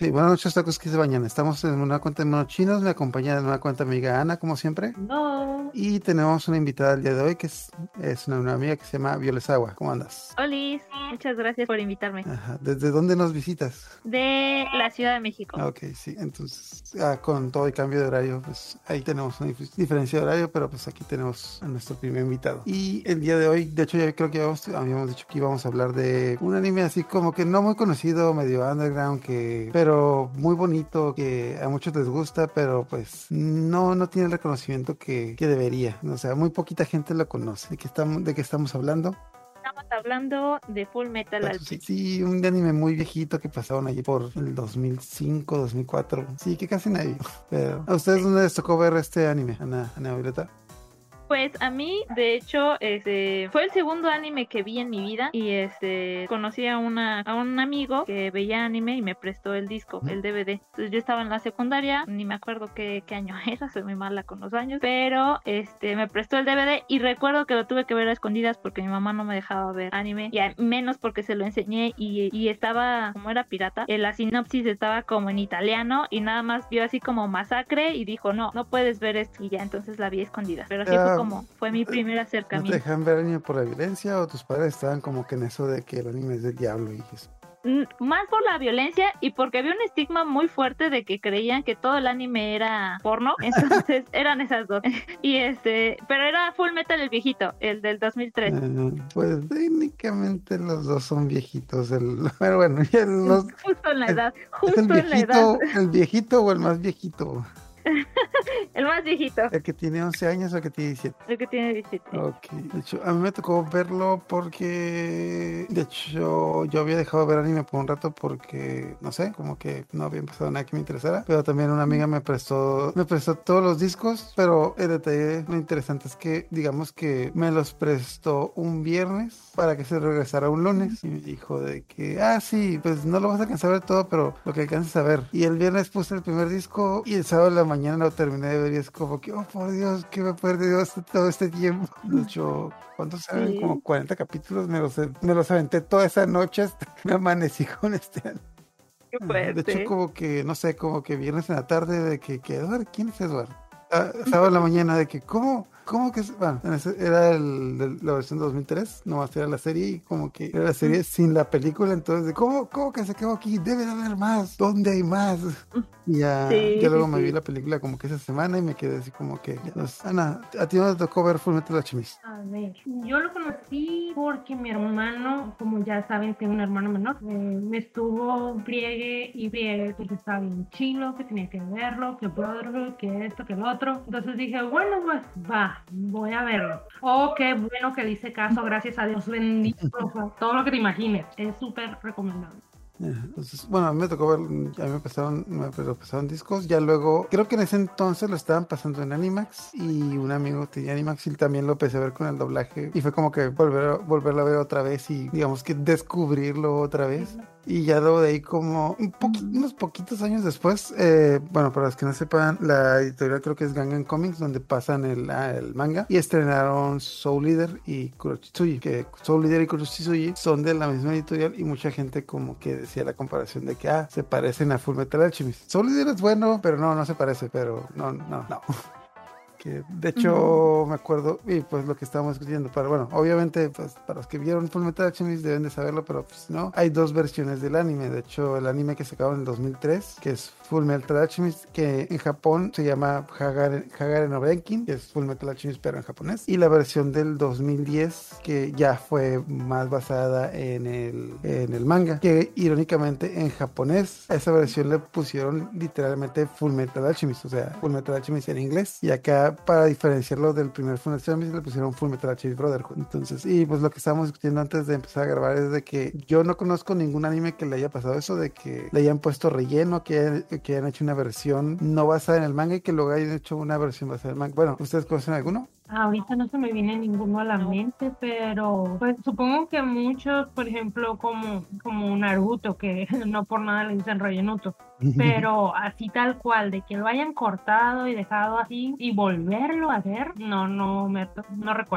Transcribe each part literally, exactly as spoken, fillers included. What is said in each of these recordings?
Sí, buenas noches, tacos que se bañan. Estamos en una cuenta de monos chinos. Me acompaña en una cuenta amiga Ana, como siempre. No. Y tenemos una invitada el día de hoy que es, es una, una amiga que se llama Violesawa. ¿Cómo andas? Olis, muchas gracias por invitarme. Ajá. ¿Desde dónde nos visitas? De la Ciudad de México. Ah, ok, sí. Entonces, ah, con todo el cambio de horario, pues ahí tenemos una dif- diferencia de horario, pero pues aquí tenemos a nuestro primer invitado. Y el día de hoy, de hecho, ya creo que habíamos, habíamos dicho que íbamos a hablar de un anime así como que no muy conocido, medio underground, que, pero muy bonito, que a muchos les gusta, pero pues no, no tiene el reconocimiento que, que debería. O sea, muy poquita gente lo conoce. ¿De qué estamos, de qué estamos hablando? Estamos hablando de Full Metal Pero sí, Alchemist. sí, un anime muy viejito que pasaron allí por el dos mil cinco, dos mil cuatro. Sí, que casi nadie vio. Pero, ¿a ustedes dónde les tocó ver este anime, Ana, Ana Violeta? Pues a mí, de hecho, este fue el segundo anime que vi en mi vida y este conocí a una a un amigo que veía anime y me prestó el disco, Ujú. el D V D. Entonces yo estaba en la secundaria, ni me acuerdo qué, qué año era, soy muy mala con los años, pero este me prestó el D V D y recuerdo que lo tuve que ver a escondidas porque mi mamá no me dejaba ver anime y a- menos porque se lo enseñé y, y estaba, como era pirata, en la sinopsis estaba como en italiano y nada más vio así como masacre y dijo no, no puedes ver esto y ya entonces la vi a escondidas, pero sí fue Ah, como, fue mi primer ¿no te acercamiento. dejan ver anime por la violencia o tus padres estaban como que en eso de que el anime es del diablo y eso? Mm, Más por la violencia y porque había un estigma muy fuerte de que creían que todo el anime era porno, entonces eran esas dos. Y este, pero era Full Metal el viejito, el del dos mil tres. Eh, pues técnicamente los dos son viejitos. El, pero bueno, ya los, Justo en la ¿es, edad, es el justo en la edad. viejito, el viejito o el más viejito? El más viejito, ¿El que tiene once años o el que tiene diecisiete? el que tiene diecisiete. Ok, de hecho, a mí me tocó verlo porque, de hecho, yo había dejado de ver anime por un rato porque, no sé, como que no había empezado nada que me interesara, pero también una amiga me prestó, me prestó todos los discos, pero el detalle lo interesante es que, digamos que me los prestó un viernes para que se regresara un lunes y me dijo de que, ah, sí, pues no lo vas a alcanzar a ver todo, pero lo que alcances a ver. Y el viernes puse el primer disco y el sábado de la mañana lo terminé de ver y es como que, oh, por Dios, que me he perdido este- todo este tiempo. De hecho, ¿cuántos saben? Como Sí, cuarenta capítulos, me los, me los aventé toda esa noche hasta que me amanecí con este anime. qué Ajá. De hecho, fuerte. como que, no sé, como que viernes en la tarde de que, que Eduardo, ¿quién es Eduardo? Ah, sábado en la mañana de que, ¿cómo? ¿Cómo que? es- Bueno, en ese- era el, de la versión de dos mil tres, nomás era la serie y como que era la serie sin la película, entonces, de, ¿cómo, cómo que se quedó aquí? Debe de haber más, ¿dónde hay más? Y ya, ya Sí, sí, luego me vi sí. la película como que esa semana y me quedé así como que, pues, Ana, ¿a ti no te tocó ver Fullmetal Alchemist? A ver, yo lo conocí porque mi hermano, como ya saben, tengo un hermano menor, eh, me estuvo friegue y friegue que estaba bien chilo, que tenía que verlo, que Brotherhood, que esto, que lo otro. Entonces dije, bueno, pues va, voy a verlo. Oh, qué bueno que le hice caso, gracias a Dios bendito, o sea, todo lo que te imagines, es súper recomendable. Ajá. Entonces, bueno, a mí me tocó ver, a mí me pasaron, me pero pasaron discos, ya luego, creo que en ese entonces lo estaban pasando en Animax y un amigo tenía Animax y también lo empecé a ver con el doblaje y fue como que volver, a- volverlo a ver otra vez y digamos que descubrirlo otra vez. Y ya luego de ahí como un poqui- unos poquitos años después, eh, bueno, para los que no sepan, la editorial creo que es Gangan Comics, donde pasan el, ah, el manga, y estrenaron Soul Leader y Kurochitsuji, que Soul Leader y Kurochitsuji son de la misma editorial y mucha gente como que decía la comparación de que, ah, se parecen a Fullmetal Alchemist. Soul Leader es bueno, pero no, no se parece, pero no, no, no. Que de hecho me acuerdo, y pues lo que estábamos discutiendo, para, bueno, obviamente pues para los que vieron Fullmetal Alchemist deben de saberlo, pero pues no, hay dos versiones del anime. De hecho, el anime que sacaron en el dos mil tres, que es Fullmetal Alchemist, que en Japón se llama Hagare, Hagare no Renkin, que es Fullmetal Alchemist pero en japonés, y la versión del dos mil diez que ya fue más basada en el, en el manga, que irónicamente en japonés a esa versión le pusieron literalmente Fullmetal Alchemist, o sea, Fullmetal Alchemist en inglés, y acá para diferenciarlo del primer Fullmetal Alchemist le pusieron Fullmetal Alchemist Brotherhood. Entonces, y pues lo que estábamos discutiendo antes de empezar a grabar es de que yo no conozco ningún anime que le haya pasado eso, de que le hayan puesto relleno, que, que hayan hecho una versión no basada en el manga y que luego hayan hecho una versión basada en el manga. Bueno, ¿ustedes conocen alguno? Ahorita no se me viene ninguno a la mente, pero pues supongo que muchos, por ejemplo, como, como Naruto, que no por nada le dicen rellenuto, pero así tal cual, de que lo hayan cortado y dejado así y volverlo a hacer, no, no me no recuerdo.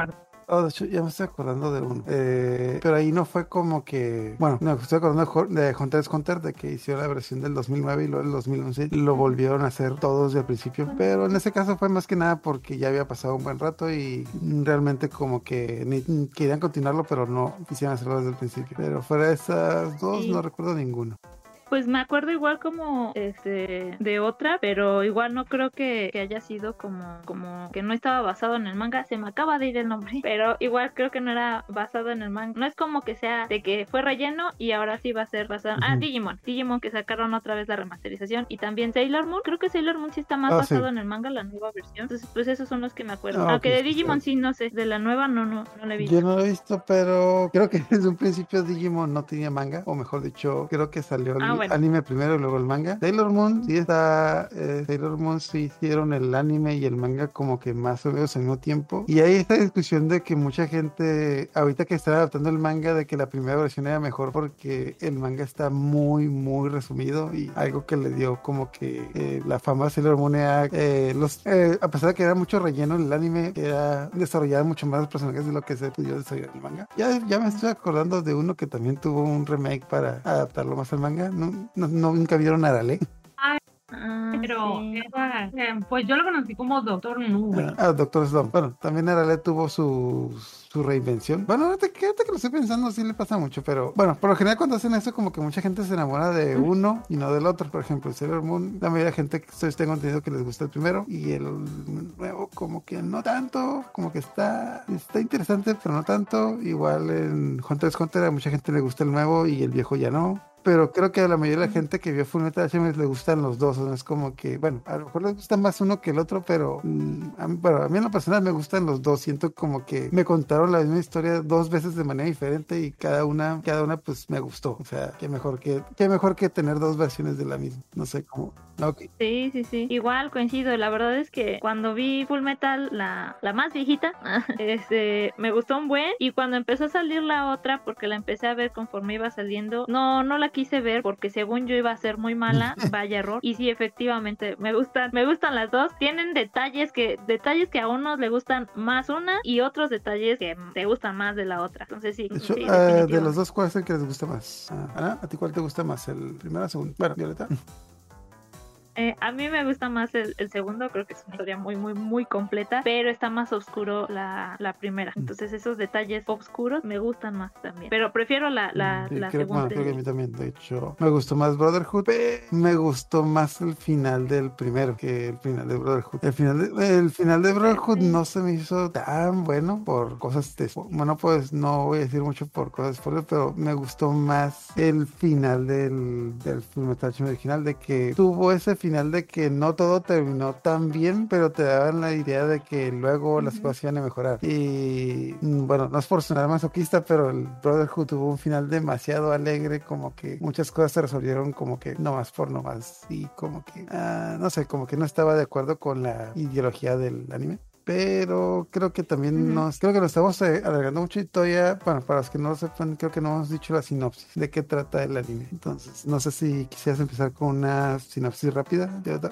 Oh, de hecho, ya me estoy acordando de uno. Eh, pero ahí no fue como que... Bueno, no, estoy acordando de, Ho- de Hunter x Hunter, de que hicieron la versión del dos mil nueve y luego el dos mil once lo volvieron a hacer todos desde el principio. Pero en ese caso fue más que nada porque ya había pasado un buen rato y realmente como que ni- querían continuarlo, pero no quisieron hacerlo desde el principio. Pero fuera de esas dos, no Sí. recuerdo ninguno. Pues me acuerdo igual como este de otra, pero igual no creo que, que haya sido como, como que no estaba basado en el manga. Se me acaba de ir el nombre, pero igual creo que no era basado en el manga. No es como que sea de que fue relleno y ahora sí va a ser basado. Ah, Ujú. Digimon. Digimon que sacaron otra vez la remasterización. Y también Sailor Moon. Creo que Sailor Moon sí está más Ah, sí. basado en el manga, la nueva versión. Entonces, pues esos son los que me acuerdo. Ah, Aunque ok, de sí, Digimon sí. sí, no sé. De la nueva no, no, no la he Yo visto. no lo he visto, pero creo que desde un principio Digimon no tenía manga, o mejor dicho, creo que salió el Ah, bueno. anime primero y luego el manga. Sailor Moon sí está, eh, Sailor Moon sí hicieron el anime y el manga como que más o menos al mismo tiempo. Y hay esta discusión de que mucha gente, ahorita que está adaptando el manga, de que la primera versión era mejor porque el manga está muy, muy resumido y algo que le dio como que eh, la fama a Sailor Moon era, eh, los, eh, a pesar de que era mucho relleno en el anime, era desarrollar mucho más los personajes de lo que se pudo desarrollar en el manga. Ya, ya me estoy acordando de uno que también tuvo un remake para adaptarlo más al manga. No, no, no nunca vieron Arale. Ah, Pero sí. esa, eh, pues yo lo conocí como Doctor Nube. Ah, Doctor Slump. Bueno, también Arale tuvo su, su reinvención. Bueno, ahorita que, ahorita que lo estoy pensando, sí le pasa mucho, pero bueno, por lo general cuando hacen eso, como que mucha gente se enamora de uno y no del otro. Por ejemplo, el Sailor Moon, la mayoría de gente que estoy- tengo entendido que les gusta el primero y el nuevo, como que no tanto, como que está, está interesante, pero no tanto. Igual en Hunter x Hunter a mucha gente le gusta el nuevo y el viejo ya no. Pero creo que a la mayoría de la gente que vio Fullmetal Alchemist le gustan los dos, o sea, es como que, bueno, a lo mejor les gusta más uno que el otro, pero mm, a mí, bueno, a mí en lo personal me gustan los dos, siento como que me contaron la misma historia dos veces de manera diferente y cada una, cada una pues me gustó, o sea, qué mejor que, qué mejor que tener dos versiones de la misma, no sé cómo, ok. Sí, sí, sí. Igual coincido. La verdad es que cuando vi Full Metal, la, la más viejita, este, me gustó un buen. Y cuando empezó a salir la otra, porque la empecé a ver conforme iba saliendo, no, no la quise ver porque según yo iba a ser muy mala. Vaya error. Y sí, efectivamente, me gustan, me gustan las dos. Tienen detalles que, detalles que a unos le gustan más una y otros detalles que te gustan más de la otra. Entonces sí, De hecho, sí, eh, de los definitivamente. dos, ¿cuál es el que les gusta más? Ah, Ana, ¿a ti cuál te gusta más? ¿El primero o el segundo? Bueno, Violeta. Eh, a mí me gusta más el, el segundo, creo que es una historia muy, muy, muy completa, pero está más oscuro la, la primera. Entonces esos detalles oscuros me gustan más también. Pero prefiero la, la, Sí, la creo, bueno, segunda. creo que a mí también, de hecho, me gustó más Brotherhood, pero me gustó más el final del primero que el final de Brotherhood. El final de, el final de Brotherhood no se me hizo tan bueno por cosas, de, bueno, pues no voy a decir mucho por cosas spoiler, pero me gustó más el final del, del Fullmetal Alchemist original, de que tuvo ese final de que no todo terminó tan bien, pero te daban la idea de que luego las cosas iban a mejorar. Y mm, bueno, no es por sonar masoquista, pero el Brotherhood tuvo un final demasiado alegre, como que muchas cosas se resolvieron como que no más por no más y como que, ah, no sé, como que no estaba de acuerdo con la ideología del anime. Pero creo que también Ujú. nos, creo que nos estamos eh, alargando mucho y todavía, bueno, para los que no lo sepan, creo que no hemos dicho la sinopsis de qué trata el anime. Entonces, no sé si quisieras empezar con una sinopsis rápida, ¿verdad?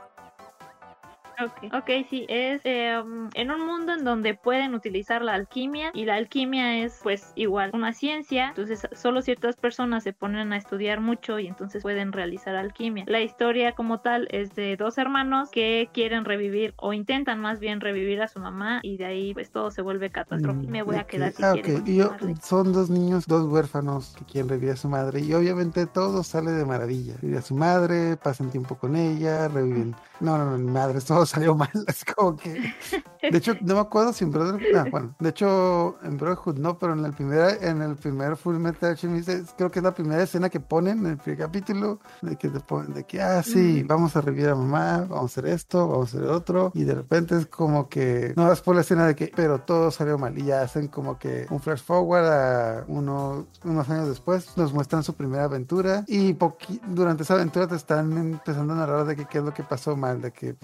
Ok, ok, sí, es eh, um, en un mundo en donde pueden utilizar la alquimia y la alquimia es pues igual una ciencia, entonces solo ciertas personas se ponen a estudiar mucho y entonces pueden realizar alquimia. La historia como tal es de dos hermanos que quieren revivir o intentan más bien revivir a su mamá y de ahí pues todo se vuelve catastrófico. Mm, Me voy a ok. quedar si Ah, quiere ok. Y yo, continuarle. son dos niños, dos huérfanos que quieren revivir a su madre y obviamente todo sale de maravilla. Reviven a su madre, pasan tiempo con ella, reviven. No, no, no, mi madre, todo salió mal. Es como que. De hecho, no me acuerdo si en Brotherhood. Ah, bueno, de hecho, en Brotherhood no, pero en el primer, en el primer Full Metal Alchemist, es- creo que es la primera escena que ponen en el primer capítulo, de que te ponen, de que, ah, sí, Ujú. vamos a revivir a mamá, vamos a hacer esto, vamos a hacer otro, y de repente es como que, no vas por la escena de que, pero todo salió mal, y ya hacen como que un flash forward a unos, unos años después, nos muestran su primera aventura, y poqui- durante esa aventura te están empezando a narrar de que qué es lo que pasó mal, de que, pues, no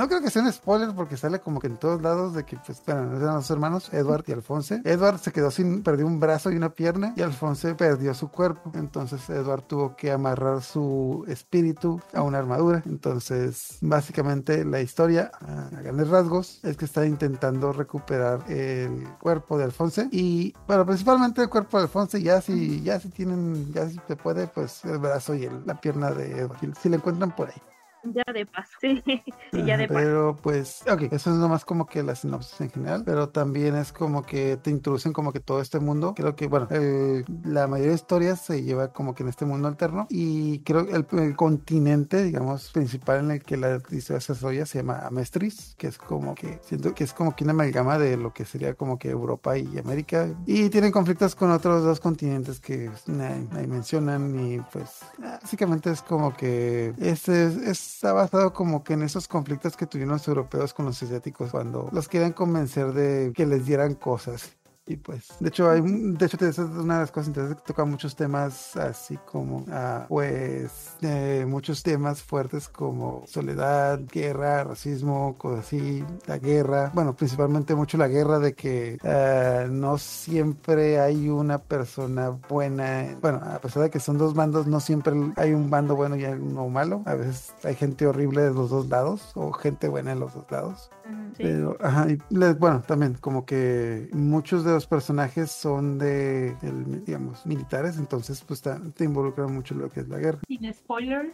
no creo que sea un spoiler porque sale como que en todos lados de que, pues, bueno, eran los hermanos, Edward y Alphonse. Edward se quedó sin, perdió un brazo y una pierna, y Alphonse perdió su cuerpo. Entonces Edward tuvo que amarrar su espíritu a una armadura. Entonces, básicamente la historia, a grandes rasgos, es que está intentando recuperar el cuerpo de Alphonse. Y, bueno, principalmente el cuerpo de Alphonse, ya si, ya si tienen, ya si se puede, pues el brazo y el, la pierna de Edward, si, si lo encuentran por ahí. Ya de paso, sí, sí, ya de paso. Pero pues, ok, eso es nomás como que la sinopsis en general, pero también es como que te introducen como que todo este mundo. Creo que, bueno, eh, la mayoría de historias se lleva como que en este mundo alterno, y creo que el, el continente, digamos, principal en el que la historia se desarrolla se llama Amestris, que es como que, siento que es como que una amalgama de lo que sería como que Europa y América, y tienen conflictos con otros dos continentes que ahí, ahí mencionan, y pues básicamente es como que ese es, es está basado como que en esos conflictos que tuvieron los europeos con los asiáticos cuando los querían convencer de que les dieran cosas. Y pues, de hecho, hay, de hecho, esa es una de las cosas interesantes que toca muchos temas así como, ah, pues, eh, muchos temas fuertes como soledad, guerra, racismo, cosas así, la guerra, bueno, principalmente mucho la guerra de que uh, no siempre hay una persona buena, bueno, a pesar de que son dos bandos, no siempre hay un bando bueno y hay uno malo, a veces hay gente horrible de los dos lados o gente buena en los dos lados. Sí. Pero, ajá, y les, bueno, también como que muchos de los personajes son de, el, digamos, militares, entonces pues te, te involucran mucho lo que es la guerra. Sin spoilers.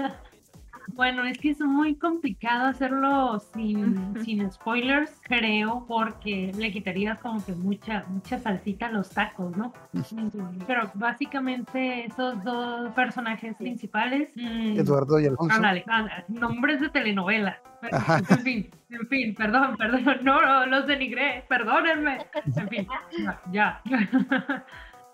Bueno, es que es muy complicado hacerlo sin, uh-huh. sin spoilers, creo, porque le quitarías como que mucha, mucha salsita a los tacos, ¿no? Uh-huh. Pero básicamente esos dos personajes principales, mmm, Eduardo y Alfonso. Ándale, ándale, nombres de telenovela. Ajá. En fin, en fin, perdón, perdón, no, no los denigré, perdónenme. En fin, ya. ya.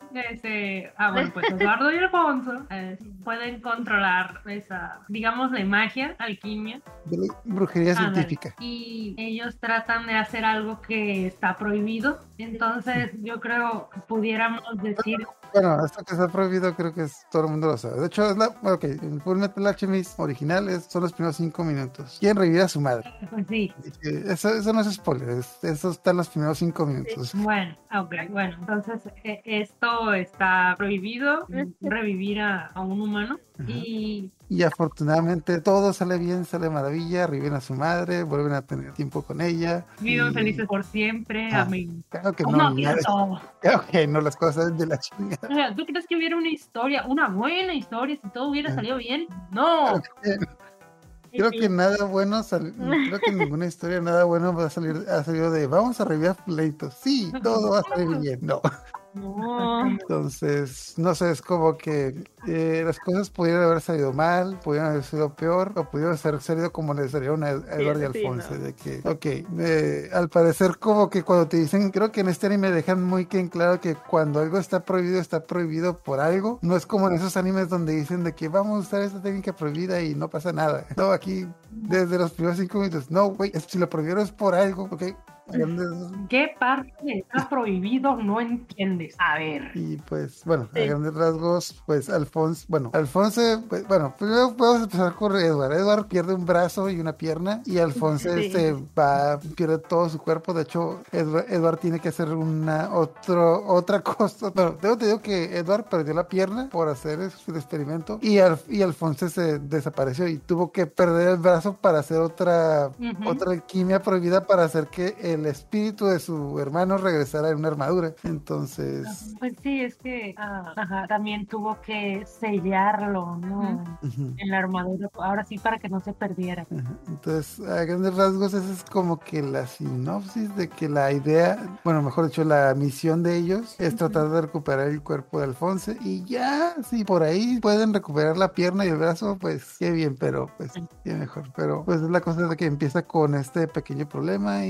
Este, ah, bueno, pues Eduardo y Alfonso eh, pueden controlar esa, digamos, la magia, alquimia. De la brujería ah, científica. Y ellos tratan de hacer algo que está prohibido. Entonces, yo creo que pudiéramos decir... Bueno, esto que está prohibido creo que es, todo el mundo lo sabe. De hecho, es la, ok, el Fullmetal Alchemist original es, son los primeros cinco minutos. Quieren revivir a su madre. Pues sí. Eso, eso no es spoiler, es, eso está en los primeros cinco minutos. Sí. Bueno, ok, bueno, entonces eh, esto está prohibido, revivir a, a un humano. Ajá. Y... Y afortunadamente todo sale bien, sale maravilla, reviven a su madre, vuelven a tener tiempo con ella. Viven y... felices por siempre, ah, amigos. Claro que no, no nada, claro que no, las cosas de la chingada. O sea, ¿tú crees que hubiera una historia, una buena historia, si todo hubiera salido bien? No. Claro que, creo que nada bueno, sal, creo que ninguna historia, nada bueno va a salir, ha salido de vamos a revivir a Fuleitos. Sí, todo va a salir bien. No. No. Entonces, no sé, es como que eh, las cosas pudieran haber salido mal, pudieran haber sido peor, o pudieran haber salido como les salieron a Eduardo sí, y Alfonso, sí, no. De que, ok, eh, al parecer como que cuando te dicen, creo que en este anime dejan muy bien claro que cuando algo está prohibido, está prohibido por algo, no es como en esos animes donde dicen de que vamos a usar esta técnica prohibida y no pasa nada. No, aquí, desde los primeros cinco minutos, no, güey, si lo prohibieron es por algo, ok. ¿Qué parte está prohibido? No entiendes. A ver. Y pues, bueno, sí. A grandes rasgos, pues Alfonso, bueno, Alfonso, pues, bueno, primero podemos empezar con Edward. Edward pierde un brazo y una pierna, y Alfonso sí. se va, pierde todo su cuerpo. De hecho, Edward, Edward tiene que hacer una otro, otra cosa. Bueno, tengo te digo que Edward perdió la pierna por hacer el experimento, y, Al, y Alfonso se desapareció y tuvo que perder el brazo para hacer otra, uh-huh. otra alquimia prohibida para hacer que el el espíritu de su hermano regresara en una armadura. Entonces, pues sí, es que ah, ajá, también tuvo que sellarlo, ¿no? Uh-huh. En la armadura, ahora sí, para que no se perdiera. Uh-huh. Entonces, a grandes rasgos, esa es como que la sinopsis de que la idea, bueno, mejor dicho, la misión de ellos es uh-huh. tratar de recuperar el cuerpo de Alfonso, y ya, si por ahí pueden recuperar la pierna y el brazo, pues qué bien, pero pues qué mejor. Pero pues es la cosa de que empieza con este pequeño problema, y pero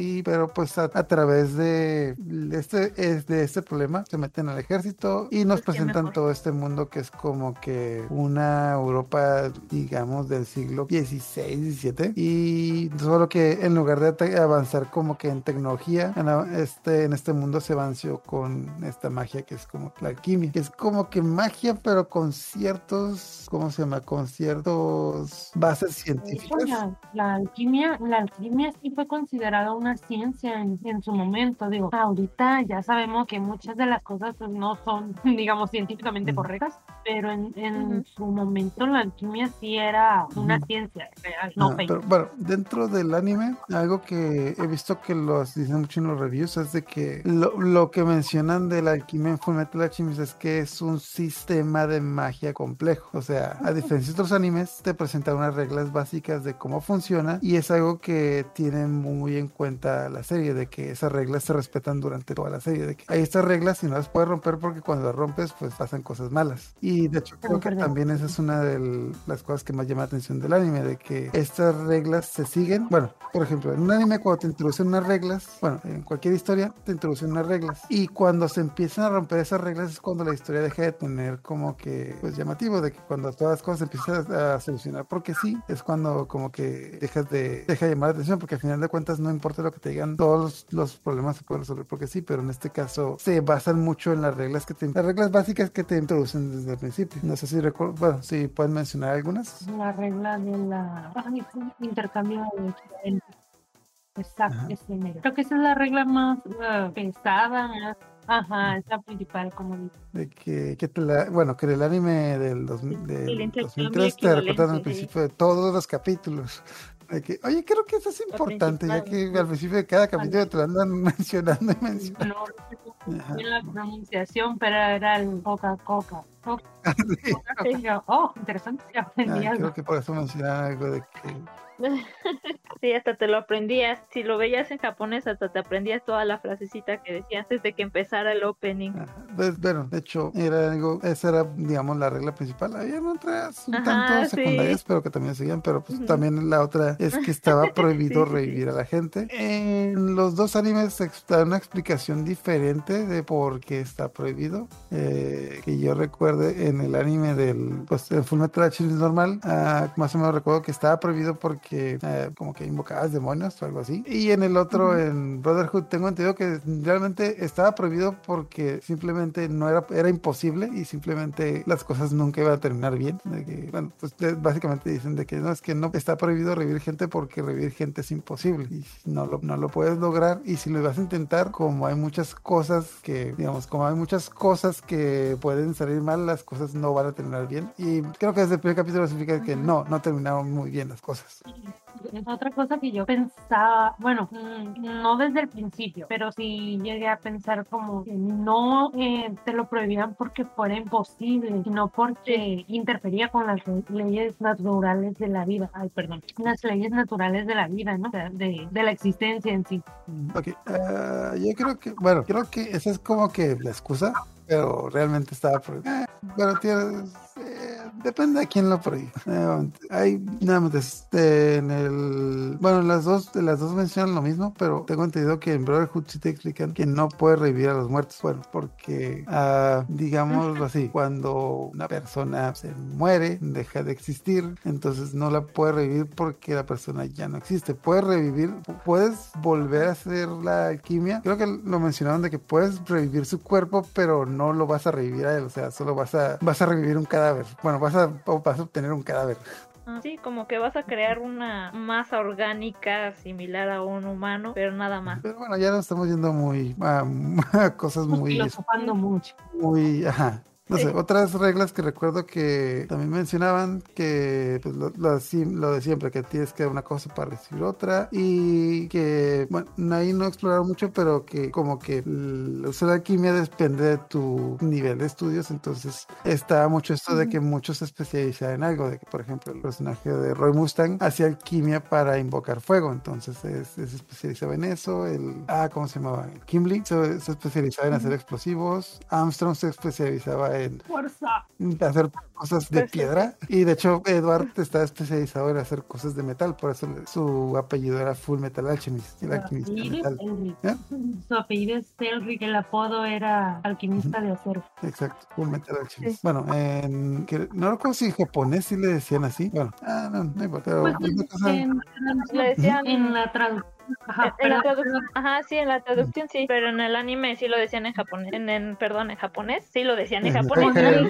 pues a, a través de este, es de este problema se meten al ejército y nos Pues qué presentan mejor. todo este mundo que es como que una Europa, digamos, del siglo dieciséis, diecisiete, y solo que en lugar de te- avanzar como que en tecnología, en, a- este, en este mundo se avanció con esta magia que es como la alquimia, que es como que magia pero con ciertos, ¿cómo se llama? Con ciertos bases De hecho, científicas. la, la alquimia, la alquimia sí fue considerada una ciencia en, en su momento. Digo, ahorita ya sabemos que muchas de las cosas pues, no son, digamos, científicamente Mm. correctas, pero en, en Ujú. su momento la alquimia sí era una Ujú. ciencia real, no Ah, fake. pero bueno, dentro del anime, algo que he visto que los dicen mucho en los reviews es de que lo, lo que mencionan de la alquimia en Fullmetal Alchemist es que es un sistema de magia complejo. O sea, a diferencia de otros animes, te presentan unas reglas básicas de cómo funciona y es algo que tienen muy en cuenta la serie, de que esas reglas se respetan durante toda la serie, de que hay estas reglas y no las puedes romper porque cuando las rompes, pues pasan cosas malas. Y de hecho, creo Pero, que perdón. también esa es una de l- las cosas que más llama la atención del anime, de que estas reglas se siguen. Bueno, por ejemplo, en un anime cuando te introducen unas reglas, bueno, en cualquier historia te introducen unas reglas y cuando se empiezan a romper esas reglas es cuando la historia deja de tener como que, pues llamativo, de que cuando todas las cosas empiezan a, a solucionar porque sí, es cuando como que dejas de, deja de llamar la atención, porque al final de cuentas no importa lo que te digan, todos los, los problemas se pueden resolver porque sí, pero en este caso se basan mucho en las reglas que te, las reglas básicas que te introducen desde el principio. No sé si recuerdo, bueno, si pueden mencionar algunas. La regla de la ay, sí, intercambio de equivalentes. Exacto, Ajá. es negro. Creo que esa es la regla más uh, pesada, más, ajá, es la principal, como digo. De que, que te la, bueno, que el anime del, dos mil El del intercambio dos mil tres te recordaron al equivalente, sí. principio de todos los capítulos. De que, oye, creo que eso es La importante, ya principal. que al principio de cada capítulo te lo andan mencionando y mencionando. No recuerdo Ajá. bien la pronunciación, pero era el Coca-Cola. Coca Sí, y yo, oh, interesante, aprendí ah, algo. creo que por eso mencionaron algo de que Sí, hasta te lo aprendías. Si lo veías en japonés, hasta te aprendías toda la frasecita que decía antes de que empezara el opening. ajá, pues, bueno, de hecho, era algo, esa era, digamos, la regla principal. Había otras un tanto Ajá, secundarias, sí. pero que también seguían, pero pues Ujú. también la otra es que estaba prohibido Sí, sí, revivir sí. a la gente. En los dos animes está una explicación diferente de por qué está prohibido. Eh, que yo recuerde en el anime del, pues, en Fullmetal Alchemist normal, ah, más o menos recuerdo que estaba prohibido porque eh, como que invocabas demonios o algo así. Y en el otro, Ujú. en Brotherhood, tengo entendido que realmente estaba prohibido porque simplemente no era, era imposible y simplemente las cosas nunca iban a terminar bien. De que, bueno, pues de- básicamente dicen de que no, es que no está prohibido revivir gente porque revivir gente es imposible y no lo, no lo puedes lograr. Y si lo vas a intentar, como hay muchas cosas que, digamos, como hay muchas cosas que pueden salir mal, las cosas no van a terminar bien. Y creo que desde el primer capítulo significa que Ujú. no, no terminaron muy bien las cosas. Es otra cosa que yo pensaba, bueno, mm, no desde el principio, pero sí llegué a pensar como que no eh, te lo prohibían porque fuera imposible, sino porque interfería con las le- leyes naturales de la vida. Ay, perdón, las leyes naturales de la vida, ¿no? O sea, de, de la existencia en sí. Mm, Ok, ah, yo creo que, bueno, creo que esa es como que la excusa, pero realmente estaba prohibido. Eh, bueno, tienes, eh, depende de quién lo prohíbe. Nuevamente, hay, nuevamente, este, en el, bueno, las dos, las dos mencionan lo mismo, pero tengo entendido que en Brotherhood sí te explican que no puedes revivir a los muertos. Bueno, porque, ah, digámoslo así, cuando una persona se muere, deja de existir, entonces no la puedes revivir porque la persona ya no existe. Puedes revivir, pu- puedes volver a hacer la alquimia. Creo que lo mencionaron de que puedes revivir su cuerpo, pero no lo vas a revivir a él, o sea, solo vas a, vas a revivir un cadáver. Bueno, vas a, o vas a obtener un cadáver. Ah, sí, como que vas a crear una masa orgánica similar a un humano, pero nada más. Pero bueno, ya nos estamos yendo muy a, a cosas Estamos muy, filosofando mucho. muy, ajá. No sé, Sí. otras reglas que recuerdo que también mencionaban que pues, lo, lo, así- lo de siempre, que tienes que dar una cosa para recibir otra y que, bueno, ahí no exploraron mucho, pero que como que el uso de la alquimia depende de tu nivel de estudios, entonces está mucho esto de que muchos se especializan en algo, de que por ejemplo el personaje de Roy Mustang hacía alquimia para invocar fuego, entonces es- es- se especializaba en eso, el, ah, ¿cómo se llamaba? El Kimberly se, se especializaba en hacer explosivos, Armstrong se especializaba en Fuerza. hacer cosas de Pues sí. piedra. Y de hecho, Edward está especializado en hacer cosas de metal, por eso le- su apellido era Full Metal Alchemist, el Su alquimista de apellido es metal. Elric. ¿Eh? Su apellido es Elric, el apodo era alquimista de acero. Exacto, Full Metal Alchemist. Sí. Bueno, en, que, no recuerdo si en japonés sí le decían así. Bueno, ah, no, no importa, pero Pues es una cosa. en, Le decían- en la traducción. Ajá, En, en la pero- traducción, ajá, sí, en la traducción sí, pero en el anime sí lo decían en japonés, en, en- perdón, en japonés sí lo decían en Ajá. japonés.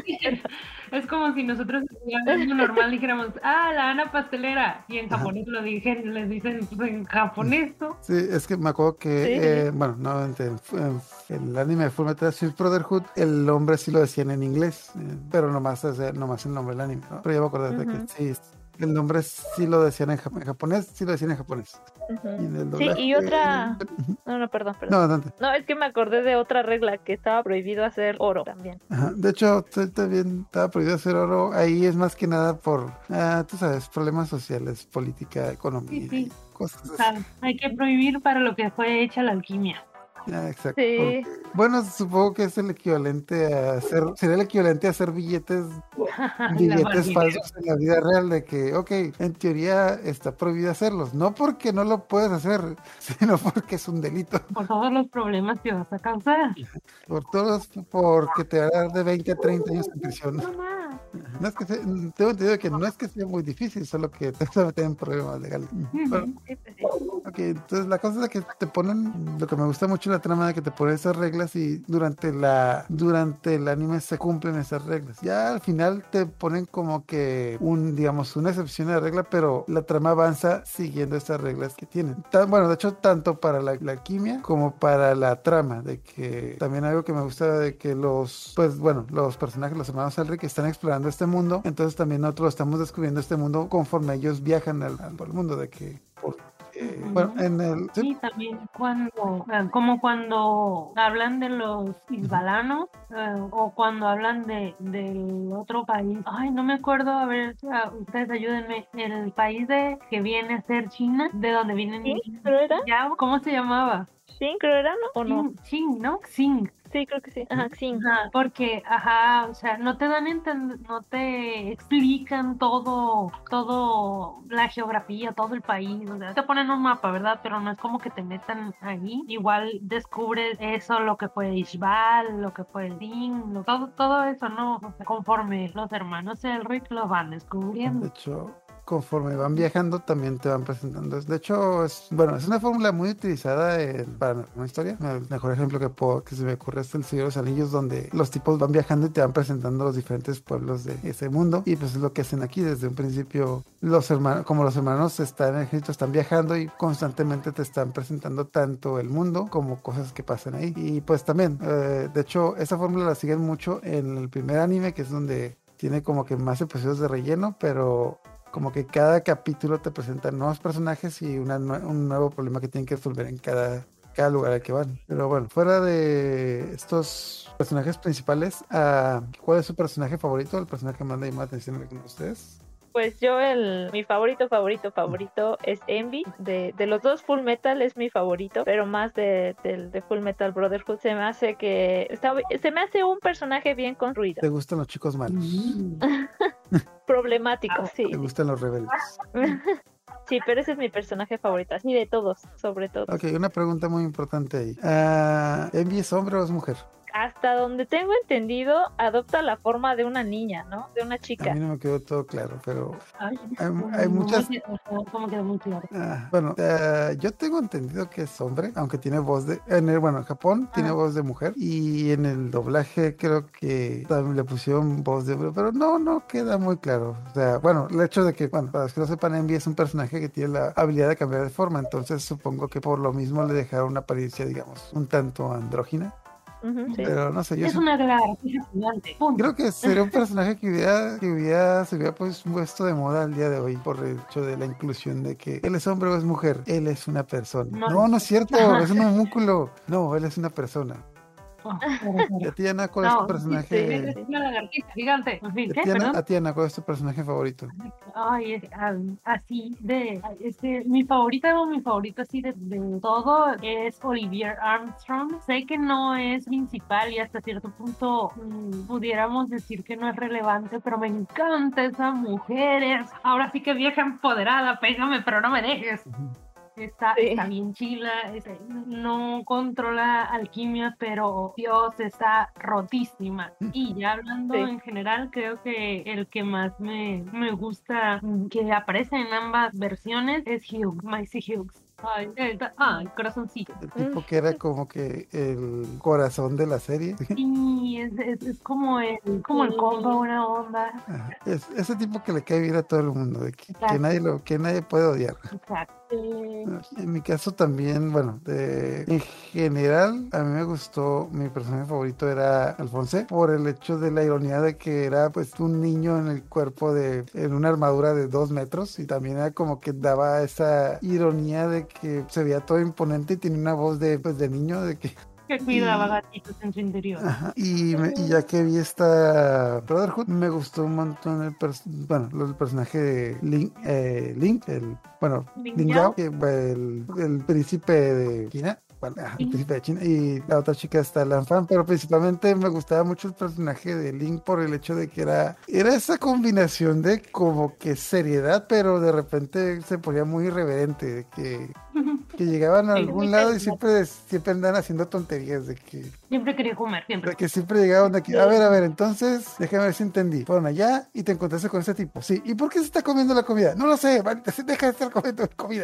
es como si nosotros hablando normal dijéramos, ah, la Ana pastelera, y en Ajá. japonés lo dicen, les dicen pues, en japonés, ¿no? Sí, es que me acuerdo que, Sí, sí, eh, bueno, no, en, en- en el anime de Fullmetal Alchemist Brotherhood, el nombre sí lo decían en inglés, eh, pero nomás, o sea, nomás el nombre del anime, ¿no? Pero ya me acordé de Ujú. que sí, el nombre sí lo decían en, jap- en japonés, sí lo decían en japonés. Y Ujú. en el Sí, y doblaje- otra, Ujú. no, no, perdón, perdón. No, adelante. No, es que me acordé de otra regla que estaba prohibido hacer oro también. Ajá. De hecho, t- también estaba prohibido hacer oro. Ahí es más que nada por, ah, tú sabes, problemas sociales, política, economía, Sí, sí. y cosas O así. sea, hay que prohibir para lo que fue hecha la alquimia. Ah, exacto. Sí. porque- bueno, supongo que es el equivalente a hacer, sería el equivalente a hacer billetes, La billetes Barbie. falsos en la vida real, de que, ok, en teoría está prohibido hacerlos, no porque no lo puedes hacer, sino porque es un delito. Por todos los problemas que vas a causar. Por todos, porque te va a dar de veinte a treinta años en prisión. Mamá. No es que sea, tengo entendido que no es que sea muy difícil, solo que te vas a meter en problemas legales. Bueno, Sí, pues sí. ok, entonces la cosa es de que te ponen, lo que me gusta mucho de la trama de que te ponen esas reglas y durante la durante el anime se cumplen esas reglas. Ya al final te ponen como que un, digamos, una excepción a la regla, pero la trama avanza siguiendo esas reglas que tienen. Tan, bueno, de hecho, tanto para la, la alquimia como para la trama, de que también algo que me gusta de que los, pues bueno, los personajes, los hermanos Elric están explorando este mundo, entonces también nosotros estamos descubriendo este mundo conforme ellos viajan al, al, al mundo, de que por, eh, bueno, en el... ¿sí? Y también cuando, ah, como cuando hablan de los isbalanos eh, o cuando hablan de del otro país. Ay, no me acuerdo, a ver, ah, ustedes ayúdenme. El país de que viene a ser China, de donde vienen. ¿Sí? ¿Creo era? Ya, ¿cómo se llamaba? ¿Sí? ¿Creo era, no? ¿O no? Xing, Xing, ¿no? Xing. Sí, creo que sí. Ajá, sí. Ajá, porque, ajá, o sea, no te dan entend- no te explican todo, todo la geografía, todo el país, o sea, te ponen un mapa, ¿verdad? Pero no es como que te metan ahí. Igual descubres eso, lo que fue Ishbal, lo que fue Ding, lo- todo, todo eso, ¿no? O sea, conforme los hermanos Elric lo van De descubriendo. hecho, conforme van viajando, también te van presentando. De hecho, es, bueno, es una fórmula muy utilizada en- para una historia. El mejor ejemplo que, puedo, que se me ocurre es el Señor de los Anillos, donde los tipos van viajando y te van presentando los diferentes pueblos de ese mundo. Y pues es lo que hacen aquí desde un principio. Los hermanos, como los hermanos están en Egipto, están viajando y constantemente te están presentando tanto el mundo como cosas que pasan ahí. Y pues también, eh, de hecho, esa fórmula la siguen mucho en el primer anime, que es donde tiene como que más episodios de relleno, pero como que cada capítulo te presenta nuevos personajes y una nue- un nuevo problema que tienen que resolver en cada, cada lugar al que van. Pero bueno, fuera de estos personajes principales, uh, ¿cuál es su personaje favorito? ¿El personaje que más le llama la atención a alguno de ustedes? Pues yo, el, mi favorito, favorito, favorito es Envy. De, de los dos, Full Metal es mi favorito, pero más de, del de Full Metal Brotherhood se me hace que está, se me hace un personaje bien construido, ¿Te gustan los chicos malos? Mm. problemático, sí. ¿Te gustan los rebeldes? Sí, pero ese es mi personaje favorito, así de todos, sobre todo. Ok, una pregunta muy importante ahí. Uh, ¿Envy es hombre o es mujer? Hasta donde tengo entendido, adopta la forma de una niña, ¿no? De una A chica. mí no me quedó todo claro, pero Ay, hay, no, hay no muchas... me quedó- como quedó muy claro. Ah, bueno, eh, yo tengo entendido que es hombre, aunque tiene voz de... En el, bueno, en Japón tiene Ah. voz de mujer y en el doblaje creo que también le pusieron voz de hombre, pero no, no queda muy claro. O sea, bueno, el hecho de que, bueno, para los que no sepan, Envy es un personaje que tiene la habilidad de cambiar de forma, entonces supongo que por lo mismo le dejaron una apariencia, digamos, un tanto andrógina, Ujú, sí. pero no sé, yo Es sí- una lagartija gigante. Punto. creo que sería un personaje que hubiera, que hubiera, se hubiera pues, puesto de moda al día de hoy por el hecho de la inclusión de que él es hombre o es mujer, él es una persona. No. No, no es cierto, es un homúnculo. No, él es una persona. Oh, ¿Y a ti, Ana, cuál es tu no, personaje? es una lagartija gigante. En fin, ¿A ¿qué? ti, Ana, Perdón. a ti, Ana, cuál es tu personaje favorito? Ay, es, am, así de, este, mi favorita o mi favorito así de, de todo es Olivier Armstrong. Sé que no es principal y hasta cierto punto mm, pudiéramos decir que no es relevante, pero me encanta esa mujer. Es, ahora sí que vieja empoderada, pégame, pero no me dejes. Está, Sí. está bien chila, este, no controla alquimia, pero Dios está rotísima. Y ya hablando Sí. en general, creo que el que más me, me gusta mm, que aparece en ambas versiones es Hughes, Maisie Hughes. Ay, está- ay, corazoncito. El tipo que era como que el corazón de la serie. Sí, es, es, es como el, como el compa, buena onda. Ajá. Es ese tipo que le cae bien a todo el mundo, de que, que Exacto. nadie lo, que nadie puede odiar. Exacto. En mi caso también, bueno, de- en general a mí me gustó, mi personaje favorito era Alphonse, por el hecho de la ironía de que era pues un niño en el cuerpo de, en una armadura de dos metros, y también era como que daba esa ironía de que se veía todo imponente y tenía una voz de pues de niño, de que Que cuidaba y, gatitos en su interior. ajá, y, me- y ya que vi esta Brotherhood, me gustó un montón el, pers- bueno, el personaje de Link, eh, Link, el, bueno, Lin Lin Yao. Yao, que, el, el príncipe de China. Bueno, ajá, el Sí. príncipe de China, y la otra chica está Lan Fan, pero principalmente me gustaba mucho el personaje de Link por el hecho de que era, era esa combinación de como que seriedad, pero de repente se ponía muy irreverente, de que, que llegaban a Sí, algún muy lado y carismático. siempre, siempre andan haciendo tonterías, de que Siempre quería comer, siempre. de que siempre llegaban de aquí. A ver, a ver, entonces, déjame ver si entendí. Fueron allá y te encontraste con ese tipo. Sí. ¿Y por qué se está comiendo la comida? No lo sé. Vale, deja de estar comiendo comida.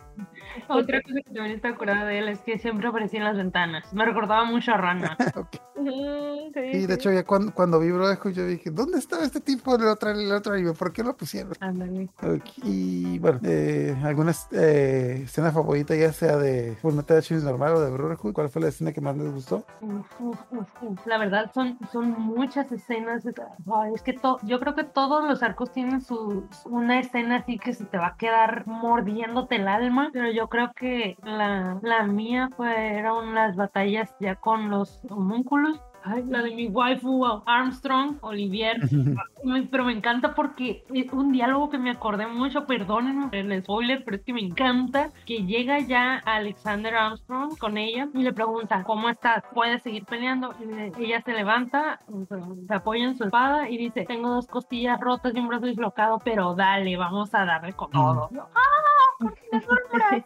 Otra cosa que también está acordada de él es que siempre aparecía en las ventanas. Me recordaba mucho a Ranma. Ok. Ujú, sí, Y de sí. hecho, ya cuando, cuando vi Brotherhood, yo dije, ¿dónde estaba este tipo en el otro, en el otro anime? ¿Por qué lo pusieron? Ándale. Ok. Y bueno, eh, algunas eh, escena favorita, ya sea de Fullmetal Alchemist normal o de Brotherhood. ¿Cuál fue la escena que más les gustó? Uf, uf, uf, uf. La verdad son, son muchas escenas. Es, ay, es que to- yo creo que todos los arcos tienen su, una escena así que se te va a quedar mordiéndote el alma. Pero yo creo que la, la mía fueron las batallas ya con los homúnculos. Ay, la de mi waifu Armstrong, Olivier. Me- Pero me encanta porque es un diálogo que me acordé mucho, perdónenme el spoiler, pero es que me encanta que llega ya Alexander Armstrong con ella y le pregunta, ¿cómo estás? ¿Puedes seguir peleando? Y le- ella se levanta, se apoya en su espada y dice, tengo dos costillas rotas y un brazo dislocado, pero dale, vamos a darle con todo. Yo, ¡ah! ¡Con las válvulas!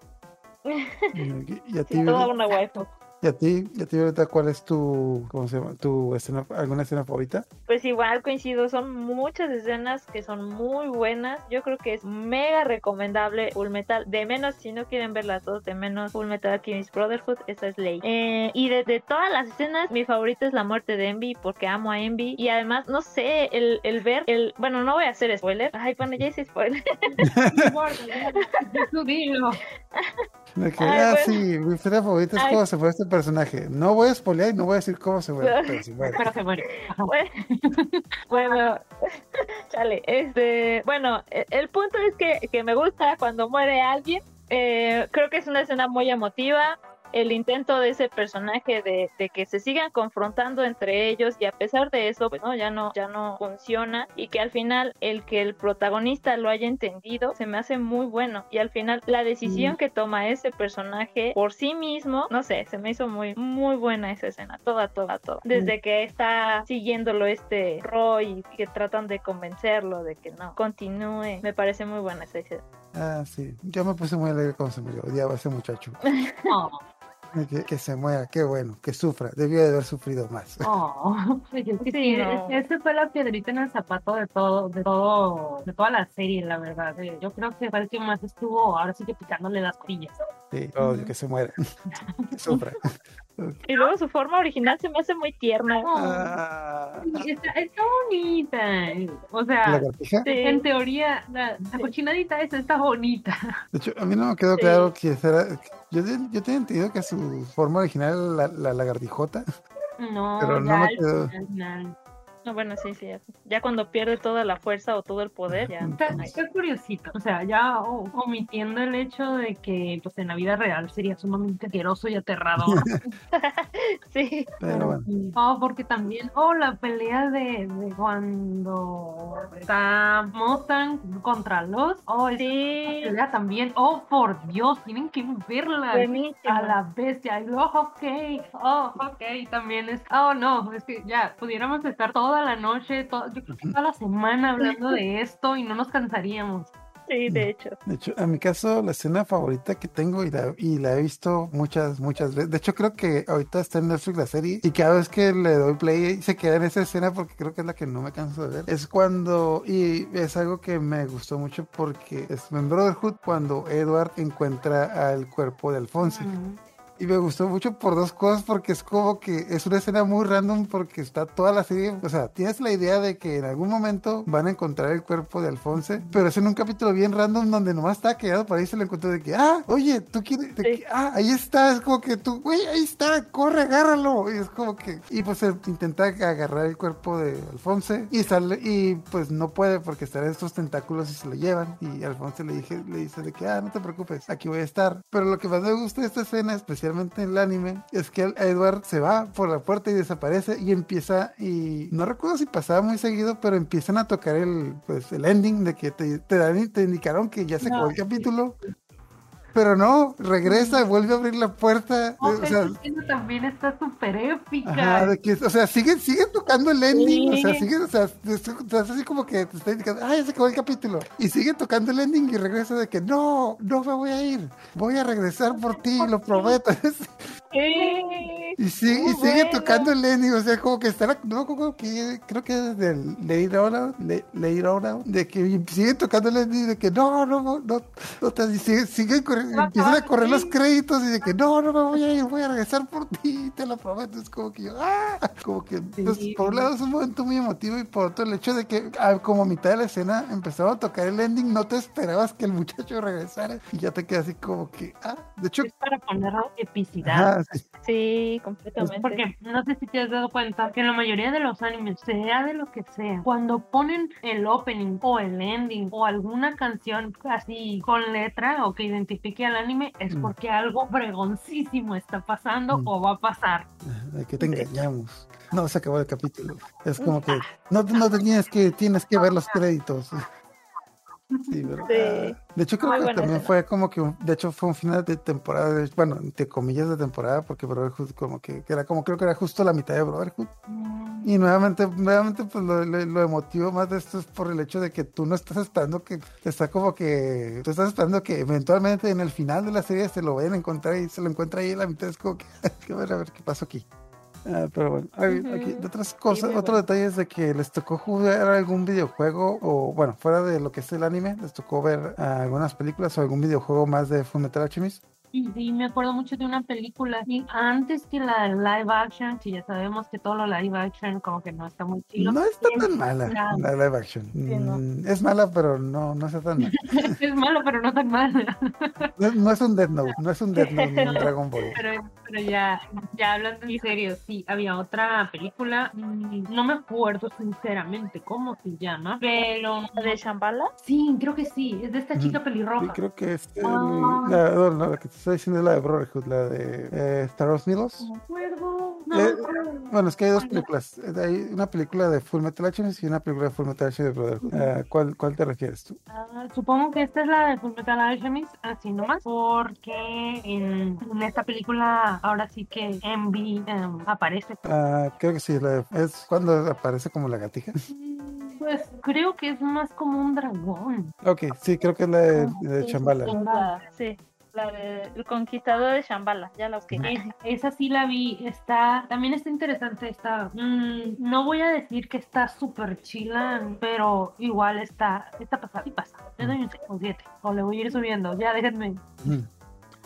Y, y a ti, Sí, toda una waifu. y a ti, y a ti, ahorita, ¿cuál es tu, cómo se llama, tu escena, alguna escena favorita? Pues igual coincido, son muchas escenas que son muy buenas. Yo creo que es mega recomendable Fullmetal. De menos, si no quieren ver las dos, de menos Fullmetal Alchemist Brotherhood, esa es ley. Eh, y de, de todas las escenas, mi favorita es la muerte de Envy, porque amo a Envy. Y además, no sé, el, el ver, el bueno, no voy a hacer spoiler. Ay, bueno, ya hice spoiler. No importa, ya, tú dilo. De que, Ay, ah, bueno. sí, mi escena favorita es Ay. cómo se fue este personaje. No voy a spoilear y no voy a decir cómo se muere, pero se muere. Pero se muere. Ajá. Bueno, bueno, chale, este, bueno, e- el punto es que, que me gusta cuando muere alguien. Eh, creo que es una escena muy emotiva. El intento de ese personaje de, de que se sigan confrontando entre ellos, y a pesar de eso, pues no, ya no, ya no funciona, y que al final el que el protagonista lo haya entendido se me hace muy bueno, y al final la decisión Mm. que toma ese personaje por sí mismo, no sé, se me hizo muy, muy buena esa escena, toda, toda, toda. Desde que está siguiéndolo este Roy y que tratan de convencerlo de que no, continúe, me parece muy buena esa escena. Ah, sí. Yo me puse muy alegre cuando se murió. Odiaba a ese muchacho. Oh, Que, que se muera, qué bueno, que sufra. Debió de haber sufrido más. oh. Oye, es que Sí, sí, no. es- ese fue la piedrita en el zapato de todo, de todo, de toda la serie, la verdad. Eh, Yo creo que fue el que más estuvo ahora sí que picándole las costillas. Sí, odio que se muera. Que sufra. Y luego su forma original se me hace muy tierna. Oh, Ah, sí, está, está bonita. eh, O sea, ¿lagartija? Sí. en teoría, la, la cochinadita esa está bonita. De hecho, a mí no me quedó Sí. claro que era. Yo, ten- yo tenía entendido que su forma original era la, la lagartijota. No, Pero no ya me al quedó. final, final. No, bueno, sí, sí. Ya cuando pierde toda la fuerza o todo el poder, ya. Está, está curiosito, o sea, ya o- omitiendo el hecho de que pues en la vida real sería sumamente asqueroso y aterrador. Sí. Pero bueno. Sí. Oh, porque también, oh, la pelea de, de cuando está Mustang contra los, oh, esa Sí. pelea también, oh, por Dios, tienen que verla. Buenísimo. A la bestia, y luego, ok, oh, ok, también es, oh, no, es que ya, pudiéramos estar toda la noche, to- yo creo que toda la semana hablando de esto y no nos cansaríamos. Sí, de hecho. De hecho, en mi caso, la escena favorita que tengo y la, y la he visto muchas, muchas veces. De hecho, creo que ahorita está en Netflix la serie y cada vez que le doy play se queda en esa escena porque creo que es la que no me canso de ver. Es cuando, y es algo que me gustó mucho porque es en Brotherhood cuando Edward encuentra al cuerpo de Alphonse. Mm. Y me gustó mucho por dos cosas, porque es como que es una escena muy random, porque está toda la serie, o sea, tienes la idea de que en algún momento van a encontrar el cuerpo de Alphonse, pero es en un capítulo bien random donde nomás está quedado por ahí, se lo encontró de que, ah, oye, tú quieres, de Sí. que, ah, ahí está, es como que tú, güey, ahí está, corre, agárralo, y es como que, y pues él intenta agarrar el cuerpo de Alphonse, y sale, y pues no puede porque están estos tentáculos y se lo llevan, y Alphonse le, dije, le dice de que, ah, no te preocupes, aquí voy a estar, pero lo que más me gusta de esta escena, especialmente en el anime, es que Edward se va por la puerta y desaparece y empieza, y no recuerdo si pasaba muy seguido, pero empiezan a tocar el, pues, el ending de que te, te, dan, te indicaron que ya se acabó No. el capítulo. Pero no, regresa, vuelve a abrir la puerta. Oh, o sea, esa escena también está súper épica. ajá, de que, o sea, siguen, siguen tocando el ending, Sí. o sea, siguen, o sea, es, es así como que te está indicando, ah, ya se acabó el capítulo, y sigue tocando el ending y regresa de que no, no me voy a ir, voy a regresar por ti, lo prometo. Sí. Y, sigue, Muy y sigue bueno. tocando el ending, o sea, como que está, no, como que creo que es del Late Out, Late Out, de que sigue tocando el ending, de que no, no, no, no, no te, sigue, sigue corri- Va a empiezan a acabar, correr sí. los créditos y de que no, no me voy a ir, voy a regresar por ti, te lo prometo, es como que yo, ah, como que, pues, Sí. por un lado es un momento muy emotivo y por otro el hecho de que, ah, como a mitad de la escena empezaron a tocar el ending, no te esperabas que el muchacho regresara y ya te quedas así como que, ah, de hecho, Es para ponerle epicidad. ajá, sí. Sí, completamente. Porque no sé si te has dado cuenta que en la mayoría de los animes, sea de lo que sea, cuando ponen el opening o el ending o alguna canción así con letra o que identifique al anime, es Mm. porque algo fregoncísimo está pasando Mm. o va a pasar. de que te engañamos. No, se acabó el capítulo. Es como que no, no tenías que, tienes que ver los créditos. Sí, ¿verdad? Sí. De hecho, creo Muy que buena también escena. fue como que, un- de hecho, fue un final de temporada, de- bueno, entre comillas de temporada, porque Brotherhood como que, que era como, creo que era justo la mitad de Brotherhood. Y nuevamente, nuevamente, pues lo, lo, lo emotivo más de esto es por el hecho de que tú no estás esperando que, está como que, tú estás esperando que eventualmente en el final de la serie se lo vayan a encontrar y se lo encuentra ahí en la mitad, es como que, que ver a ver qué pasó aquí. Ah, pero bueno, hay- Ujú. aquí, de otras cosas, muy otros bueno. detalles de que les tocó jugar algún videojuego o, bueno, fuera de lo que es el anime, les tocó ver ah, algunas películas o algún videojuego más de Fullmetal Alchemist. Y sí, me acuerdo mucho de una película. Y antes que la live action, que ya sabemos que todo lo live action como que no está muy chido. No está tan es- mala la- la live action. no. Mm, es mala, pero no, no está tan mala. Es malo, pero no tan malo. No, es- no es un Death Note, no es un Death Note ni un Dragon Ball. Pero, pero ya, ya hablando en serio, sí, había otra película, mm, no me acuerdo sinceramente cómo se llama, pero ¿La de Shambhala? sí, creo que sí, es de esta chica Sí, pelirroja. creo que es el- Ah. la, no, no, la que te estoy diciendo es la de Brotherhood, la de eh, Star Wars Milos. No me acuerdo. No, Eh, me acuerdo. Bueno, es que hay dos Ay, no. películas. Eh, Hay una película de Fullmetal Alchemist y una película de Fullmetal Alchemist de Brotherhood. Ah, ¿cuál, ¿Cuál te refieres tú? Ah, supongo que esta es la de Fullmetal Alchemist, así nomás, porque en, en esta película ahora sí que Envy em, aparece. Ah, creo que sí, la de- es cuando aparece como la gatija. Mm, Pues creo que es más como un dragón. Ok, sí, creo que es la de, Ah, de sí, Shambhala. sí. La- sí, la de El Conquistador de Shambhala, ya la busqué. Es- esa sí la vi, está, también está interesante, está, mm, no voy a decir que está súper chila, pero igual está, está pasada y pasa, le doy un seis o siete, o le voy a ir subiendo, ya déjenme. Mm.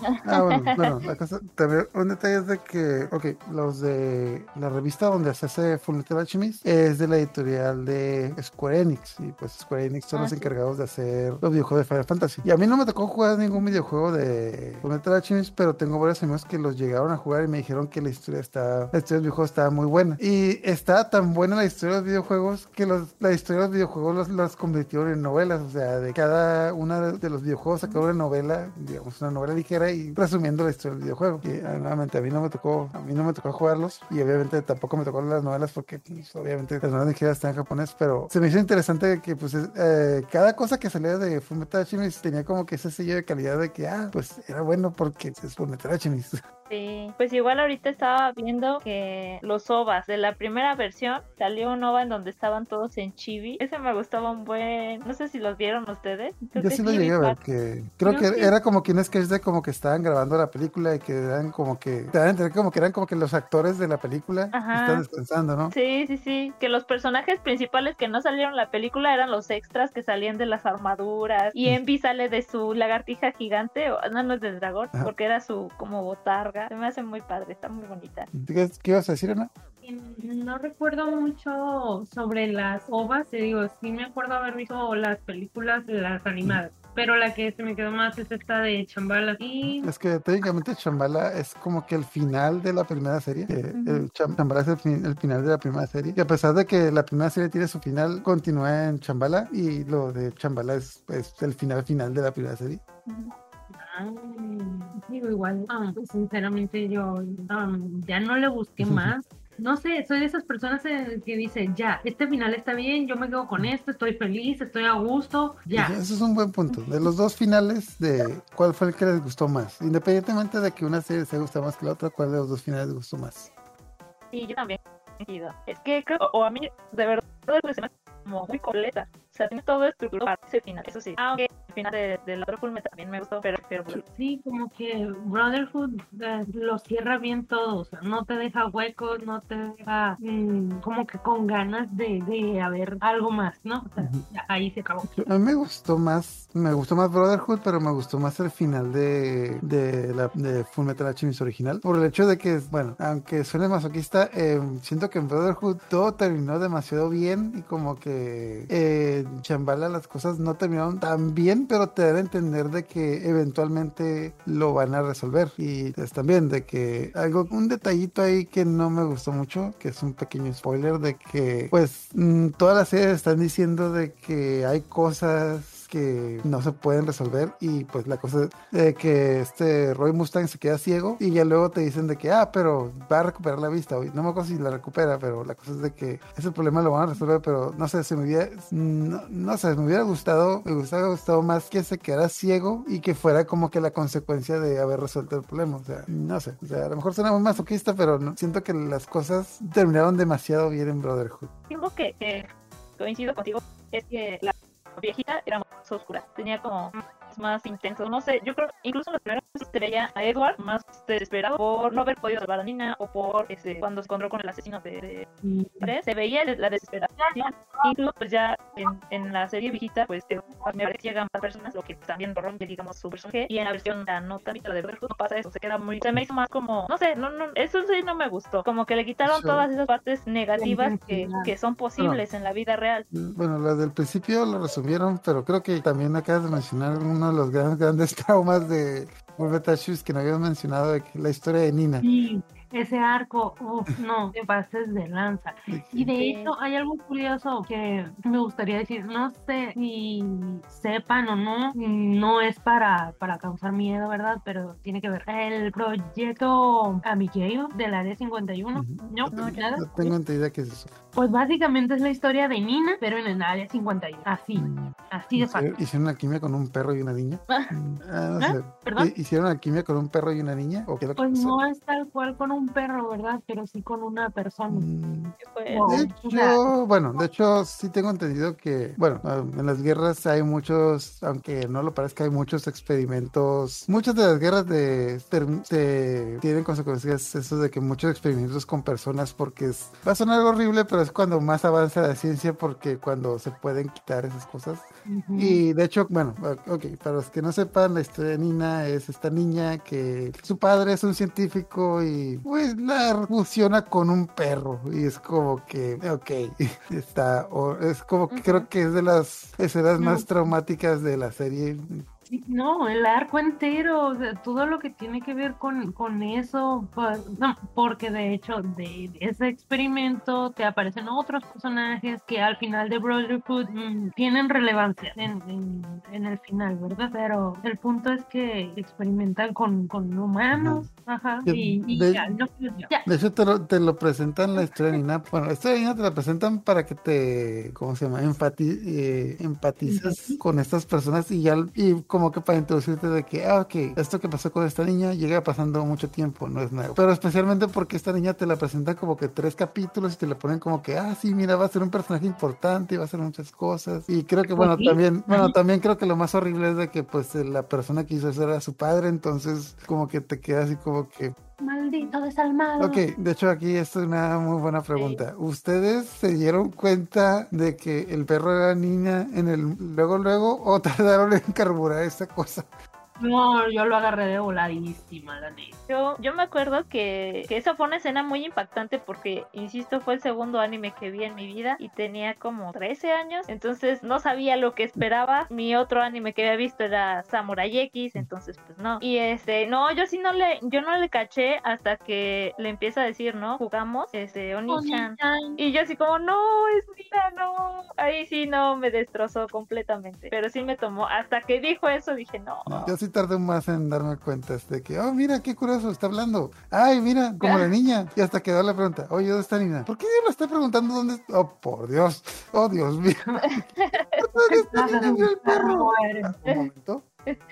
Ah, bueno, bueno, la cosa, también un detalle es de que, ok, los de la revista donde se hace Fullmetal Alchemist es de la editorial de Square Enix, y pues Square Enix son Ah, los sí. encargados de hacer los videojuegos de Final Fantasy. Y a mí no me tocó jugar ningún videojuego de Fullmetal Alchemist, pero tengo varios amigos que los llegaron a jugar y me dijeron que la historia está, la historia del videojuego estaba muy buena. Y está tan buena la historia de los videojuegos que los, la historia de los videojuegos los, los convirtieron en novelas, o sea, de cada una de, de los videojuegos sacaron una novela, digamos, una novela ligera y resumiendo la historia del videojuego. Y ah, nuevamente a mí no me tocó, a mí no me tocó jugarlos y obviamente tampoco me tocó las novelas porque pues, obviamente las novelas ligeras están en japonés, pero se me hizo interesante que pues es, eh, cada cosa que salía de Fullmetal Alchemist tenía como que ese sello de calidad de que ah, pues era bueno porque es Fullmetal Alchemist. Sí, pues igual ahorita estaba viendo que los O V As de la primera versión salió un O V A en donde estaban todos en chibi. Ese me gustaba un buen, no sé si los vieron ustedes. Creo Yo que sí lo Chibi llegué a ver, Park. que creo Creo que que era como que un sketch de como que estaban grabando la película y que eran como que, te dan a entender como que eran como que los actores de la película Ajá. están descansando, ¿no? Sí, sí, sí, que los personajes principales que no salieron en la película eran los extras que salían de las armaduras y Mm. Envy sale de su lagartija gigante, o no, no es del dragón, Ajá. porque era su como botarga. Se me hace muy padre, está muy bonita. ¿Qué, qué ibas a decir, Ana? no recuerdo mucho sobre las O V As, te digo, sí me acuerdo haber visto las películas, las animadas, pero la que se me quedó más es esta de Chambala. Y Es que técnicamente Chambala es como que el final de la primera serie. Eh, Ujú. el Cham- Chambala es el, fin- el final de la primera serie. Y a pesar de que la primera serie tiene su final, continúa en Chambala y lo de Chambala es, es el final final de la primera serie. Ujú. ah, digo, igual, ah, pues, sinceramente yo ah, ya no le busqué más. No sé, soy de esas personas eh, que dice, ya, este final está bien, yo me quedo con esto, estoy feliz, estoy a gusto, ya. Eso, eso es un buen punto. De los dos finales, de ¿cuál fue el que les gustó más? Independientemente de que una serie se gusta más que la otra, ¿cuál de los dos finales les gustó más? Sí, yo también. coincido. Es que creo, o a mí, de verdad, se me hace como muy completa. O sea, tiene todo estructurado para ese final, eso sí. Aunque el final de, del otro Fullmetal también me gustó, pero prefiero Brotherhood. Sí, como que Brotherhood eh, lo cierra bien todo, o sea, no te deja huecos, no te deja mm, como que con ganas de, de haber algo más, ¿no? O sea, Ujú. ya, ahí se acabó. A mí me gustó más, me gustó más Brotherhood, pero me gustó más el final de, de, la, de Fullmetal Alchemist original. Por el hecho de que, bueno, aunque suene masoquista, eh, siento que en Brotherhood todo terminó demasiado bien y como que eh, en Chambala las cosas no terminaron tan bien, pero te dan a entender de que eventualmente lo van a resolver. Y pues, también de que algo, un detallito ahí que no me gustó mucho, que es un pequeño spoiler, de que pues mm, todas las series están diciendo de que hay cosas que no se pueden resolver y pues la cosa de que este Roy Mustang se queda ciego y ya luego te dicen de que ah, pero va a recuperar la vista hoy. No me acuerdo si la recupera, pero la cosa es de que ese problema lo van a resolver, pero no sé, se me hubiera no, no sé, me hubiera gustado, me hubiera gustado más que se quedara ciego y que fuera como que la consecuencia de haber resuelto el problema, o sea, no sé, o sea, a lo mejor suena muy masoquista, pero no, siento que las cosas terminaron demasiado bien en Brotherhood. Algo que, que coincido contigo es que la viejita era más oscura, tenía como más intenso, no sé, yo creo incluso en las primeras veces se veía a Edward más desesperado por no haber podido salvar a Nina o por este, cuando se encontró con el asesino de, de Y, tres, se veía la desesperación, incluso pues ya en, en la serie viejita pues te, me parece que llegan más personas, lo que también rompe digamos su personaje, y en la versión la no tan la de Brotherhood no pasa eso, se queda muy, se me hizo más como, no sé, no, no, eso sí no me gustó, como que le quitaron Eso- todas esas partes negativas que, intensidad. que son posibles en la vida real. Bueno, las del principio lo resumieron, pero creo que también acabas de mencionar uno de los grandes, grandes traumas de Fullmetal Alchemist que no habías mencionado, de que la historia de Nina. y ese arco, uff, no, te pases de lanza. De Y que- de Sí. hecho hay algo curioso que me gustaría decir, no sé si sepan o no, no es para, para causar miedo, ¿verdad? Pero tiene que ver. El proyecto Amigueiro del Área cincuenta y uno, Ujú. ¿no? No, yo ¿Nada? No tengo entendida qué es eso. Pues básicamente es la historia de Nina, pero en el Área cincuenta y uno, así, Mm, así de fácil. ¿Hicieron, hicieron alquimia con un perro y una niña? Ah. Mm, ah, no ¿Ah? sé. ¿Perdón? ¿Hicieron alquimia con un perro y una niña? ¿O qué es lo que Pues pasó? no es tal cual con un un perro, ¿verdad? Pero sí con una persona. Mm, Pues, Wow. De O sea, hecho, bueno, de hecho sí tengo entendido que, bueno, ah, en las guerras hay muchos, aunque no lo parezca, hay muchos experimentos. Muchas de las guerras de, ter- se- tienen consecuencias eso de que muchos experimentos con personas, porque es- va a sonar horrible, pero es cuando más avanza la ciencia, porque cuando se pueden quitar esas cosas. ujú. Y de hecho, bueno, ok, para los que no sepan, la historia de Nina es esta niña que su padre es un científico y pues la fusiona con un perro y es como que, ok, está, o- es como que creo ujú. que es de las escenas No, más traumáticas de la serie. sí, no, el arco entero, o sea, todo lo que tiene que ver con, con eso, pues, no, porque de hecho de, de ese experimento te aparecen otros personajes que al final de Brotherhood mm, tienen relevancia en, en, en el final, ¿verdad? Pero el punto es que experimentan con, con humanos, ajá, Que y, y De, ya, no, ya. de hecho, te lo, te lo presentan la historia de Nina. Bueno, la historia de Nina te la presentan para que te, ¿cómo se llama? Enfati- eh, empatices con estas personas y ya, y como que para introducirte de que, ah, ok, esto que pasó con esta niña llega pasando mucho tiempo, no es nuevo. Pero especialmente porque esta niña te la presentan como que tres capítulos y te la ponen como que, ah, sí, mira, va a ser un personaje importante y va a hacer muchas cosas. Y creo que, Pues bueno, sí, también, bueno, también creo que lo más horrible es de que, pues, eh, la persona que hizo eso era su padre, entonces, como que te queda así como que, maldito ok, desalmado. de hecho aquí es una muy buena Sí. pregunta. ¿Ustedes se dieron cuenta de que el perro era niña en el luego luego o tardaron en carburar esa cosa? No, yo lo agarré de voladísima, la neta. Yo, yo me acuerdo que, que esa fue una escena muy impactante porque, insisto, fue el segundo anime que vi en mi vida y tenía como trece años, entonces no sabía lo que esperaba. Mi otro anime que había visto era Samurai X, entonces pues no. Y este, no, yo sí no le, yo no le caché hasta que le empieza a decir, ¿no? Jugamos, este, Oni-chan. Oni-chan. Y yo así como, no, es mira, no. Ahí sí no, me destrozó completamente. Pero sí me tomó, hasta que dijo eso dije, no. No, yo sí tardé más en darme cuenta de que, oh, mira, qué curioso, está hablando. Ay, mira, como la niña. Y hasta quedó la pregunta, oye, ¿dónde está Nina? ¿Por qué me está preguntando dónde está? Oh, por Dios, oh, Dios mío. ¿Dónde está Nina? Mira el perro. Ah, un momento.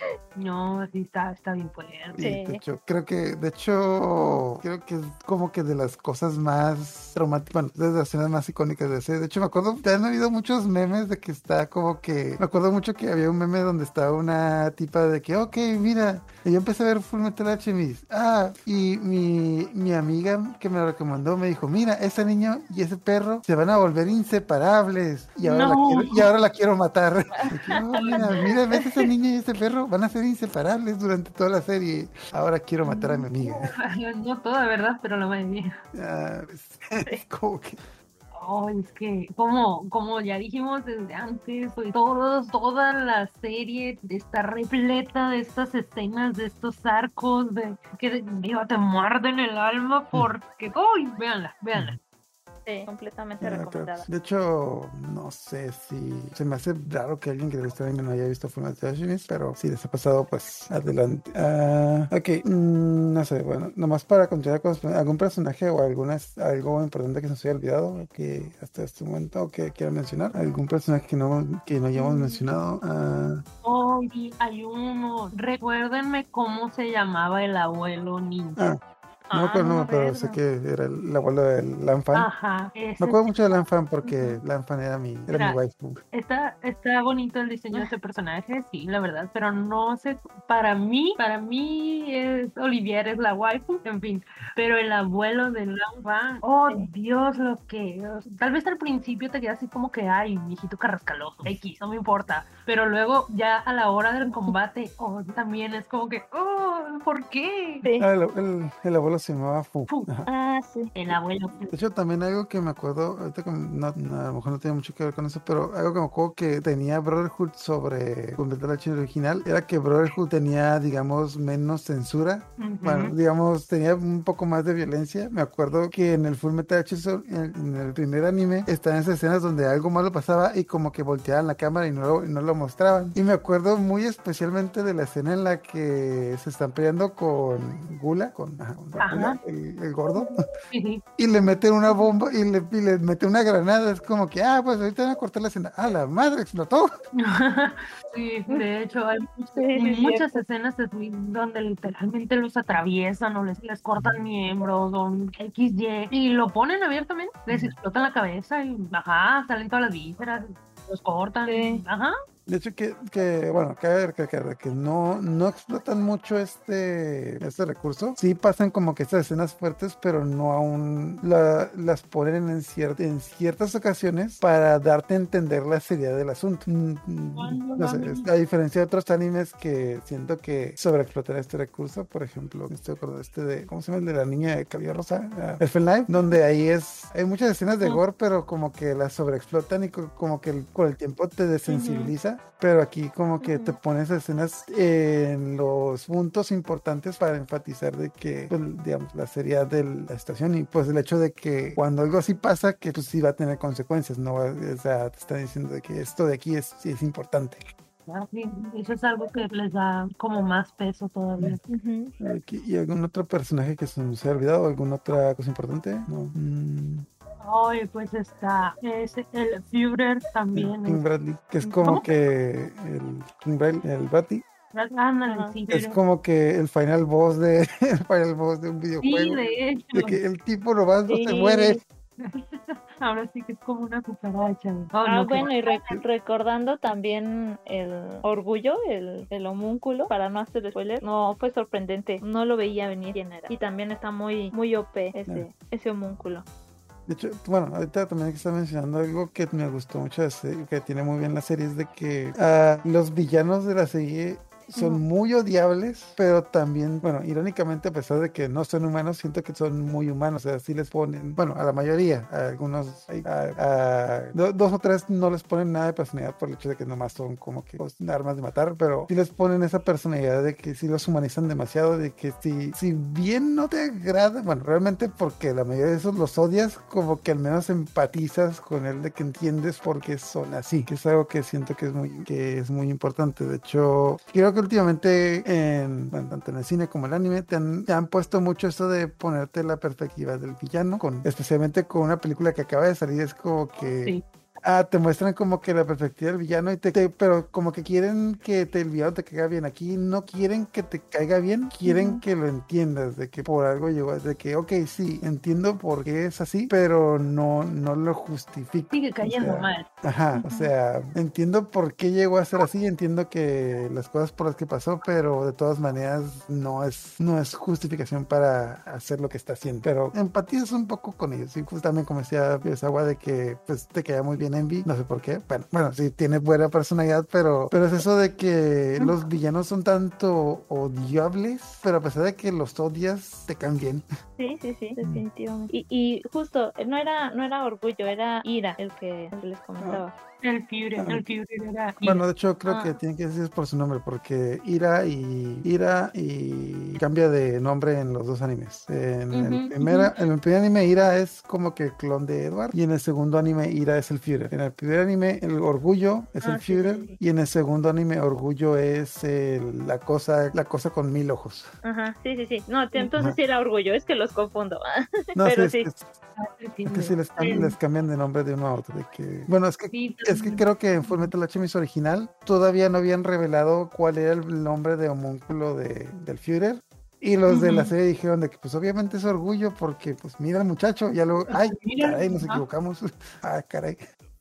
No, sí está, está bien fuerte. Sí, Sí. de hecho, creo que, de hecho, creo que es como que de las cosas más traumáticas, bueno, de las escenas más icónicas de ese. De hecho, me acuerdo, te han habido muchos memes de que está como que, me acuerdo mucho que había un meme donde estaba una tipa de que, ok, mira, y yo empecé a ver Full Metal Alchemist. Ah, y mi, mi amiga que me lo recomendó me dijo, mira, ese niño y ese perro se van a volver inseparables. Y ahora, la, No. quiero, y ahora la quiero matar. De que, oh, mira, mira, ves ese niño y ese perro van a ser inseparables durante toda la serie. Ahora quiero matar a mi amiga. No toda, ¿verdad? Pero la mayoría. Ah, es, es como que Oh, es que, como, como ya dijimos desde antes, pues, todos, toda la serie está repleta de estas escenas, de estos arcos, de que digo, te muerden el alma porque, uy, véanla, véanla. Sí, completamente ah, claro. recomendada. De hecho, no sé si se me hace raro que alguien que le guste anime no haya visto Fullmetal Alchemist, pero si les ha pasado, pues adelante. Ah, ok, mm, no sé, bueno, nomás para continuar con algún personaje o alguna, algo importante que se nos haya olvidado que hasta este momento que quieran mencionar, algún personaje que no, que no hayamos mencionado. Ah, Oh, y hay uno, recuérdenme cómo se llamaba el abuelo ninja. ah, no me Ah, acuerdo, no no, me pero sé acuerdo. que era el abuelo de Lanfan. Ajá, Me ese acuerdo sí. mucho de Lanfan porque Lanfan era mi, era mi Mira, waifu. Está, está bonito el diseño de este personaje, sí, la verdad, pero no sé, para mí, para mí es Olivier es la waifu, en fin, pero el abuelo de Lang Van, oh Dios, lo que, tal vez al principio te quedas así como que, ay, viejito carrascaloso, X, no me importa, pero luego ya a la hora del combate, oh, también es como que, oh, ¿por qué? Sí. Ah, el, el- el abuelo se llamaba Fu. Fu. Ajá. Ah, sí. El abuelo. De hecho, también algo que me acuerdo, ahorita que no, no, a lo mejor no tiene mucho que ver con eso, pero algo que me acuerdo que tenía Brotherhood sobre Fullmetal Alchemist original era que Brotherhood tenía, digamos, menos censura. Ujú. Bueno, digamos, tenía un poco más de violencia. Me acuerdo que en el Fullmetal Alchemist, en, en el primer anime, estaban esas escenas donde algo malo pasaba y como que volteaban la cámara y no lo, y no lo mostraban. Y me acuerdo muy especialmente de la escena en la que se están peleando con Gula, con, ajá, ¿verdad? El, el gordo. Sí, sí. Y le meten una bomba y le, y le meten una granada. Es como que, ah, pues ahorita van a cortar la escena. Ah, la madre explotó. Sí, de hecho hay muchas, Sí, sí, muchas cierto. escenas así donde literalmente los atraviesan o les, les cortan miembros o equis ye y lo ponen abiertamente, les explotan la cabeza y ajá, salen todas las vísceras, los cortan, Sí. ajá. De hecho, que, que bueno, cabe recalcar que no, no explotan mucho este, este recurso. Sí pasan como que estas escenas fuertes, pero no aún la- las ponen en, cier- en ciertas ocasiones para darte a entender la seriedad del asunto. Mm, mm, No sé, es- a diferencia de otros animes que siento que sobreexplotan este recurso, por ejemplo, estoy acordando de este de, ¿cómo se llama? El de la niña de cabello rosa, uh, Elfen Life, donde ahí es, hay muchas escenas de Mm. gore, pero como que las sobreexplotan y co- como que el- con el tiempo te desensibiliza. Pero aquí como que te Ujú. pones escenas en los puntos importantes para enfatizar de que, pues, digamos, la seriedad de la situación y pues el hecho de que cuando algo así pasa, que pues sí va a tener consecuencias, ¿no? O sea, te está diciendo de que esto de aquí es, sí es importante. Ah, sí, eso es algo que les da como más peso todavía. Ujú. Aquí- ¿Y algún otro personaje que se nos haya olvidado? ¿Alguna otra cosa importante? No. Mm, Ay, pues está ese, el Führer el también King es. Bradley, que es como ¿Cómo? que el King Bradley, el Bradley, Ándale, Ajá. sí, es pero como que el final boss de, el final boss de un sí, videojuego. de De hecho. que el tipo nomás no se Sí. muere. Ahora sí que es como una cucaracha. Oh, Ah, no, qué bueno, y re- recordando también el orgullo, el, el homúnculo, para no hacer spoiler, no, fue sorprendente, no lo veía venir quién era. Y también está muy, muy O P ese, Claro. ese homúnculo. De hecho, bueno, ahorita también que está mencionando algo que me gustó mucho, de la serie, que tiene muy bien la serie, es de que ah, los villanos de la serie son Ujú. muy odiables, pero también, bueno, irónicamente, a pesar de que no son humanos, siento que son muy humanos. O sea, sí les ponen, bueno, a la mayoría, a algunos, hay- a- a- do- dos o tres no les ponen nada de personalidad por el hecho de que nomás son como que pues, armas de matar, pero sí les ponen esa personalidad de que sí los humanizan demasiado, de que si, si bien no te agrada, bueno, realmente porque la mayoría de esos los odias, como que al menos empatizas con él, de que entiendes por qué son así, que es algo que siento que es muy, que es muy importante. De hecho, creo que últimamente, en, bueno, tanto en el cine como el anime, te han, te han puesto mucho eso de ponerte la perspectiva del villano, con, especialmente con una película que acaba de salir, es como que Sí. ah, te muestran como que la perspectiva del villano, y te, te- pero como que quieren que te, el villano te caiga bien. Aquí no quieren que te caiga bien, quieren Ujú. que lo entiendas, de que por algo llegó, de que, ok, sí, entiendo por qué es así, pero no, no lo justifico. Sigue O cayendo sea, mal. ajá, o Ujú. sea, entiendo por qué llegó a ser así, entiendo que las cosas por las que pasó, pero de todas maneras no es, no es justificación para hacer lo que está haciendo. Pero empatizas un poco con ellos. Y justamente como decía Agua de que pues te caía muy bien Envy, no sé por qué. Bueno, bueno, sí tiene buena personalidad, pero, pero es eso de que los villanos son tanto odiables, pero a pesar de que los odias, te caen bien. Sí, sí, sí, definitivamente. Y, y justo, no era, no era orgullo, era ira el que, el que les comentaba. El Führer, Ah, el Führer era. Bueno, de hecho creo que Ah, tiene que decir por su nombre, porque Ira y Ira y cambia de nombre en los dos animes. En el ujú, primera, en el primer anime Ira es como que el clon de Edward, y en el segundo anime Ira es el Führer. En el primer anime el Orgullo es el ah, sí, sí, Führer, sí. y en el segundo anime Orgullo es el- la cosa, la cosa con mil ojos. Ajá, sí, sí, sí. No, te- entonces Ajá. sí era orgullo, es que los confundo. No, sí, Pero es, sí. es- es que entiendo. sí les, cam- les cambian de nombre de uno a otro. De que, bueno, es que Sí, es que creo que en Fullmetal Alchemist original todavía no habían revelado cuál era el nombre de homúnculo de, del Führer. Y los de la Ujú. serie dijeron de que pues obviamente es orgullo porque pues mira el muchacho, ya luego, ay, Mira, caray, nos ajá. equivocamos. Ah, caray.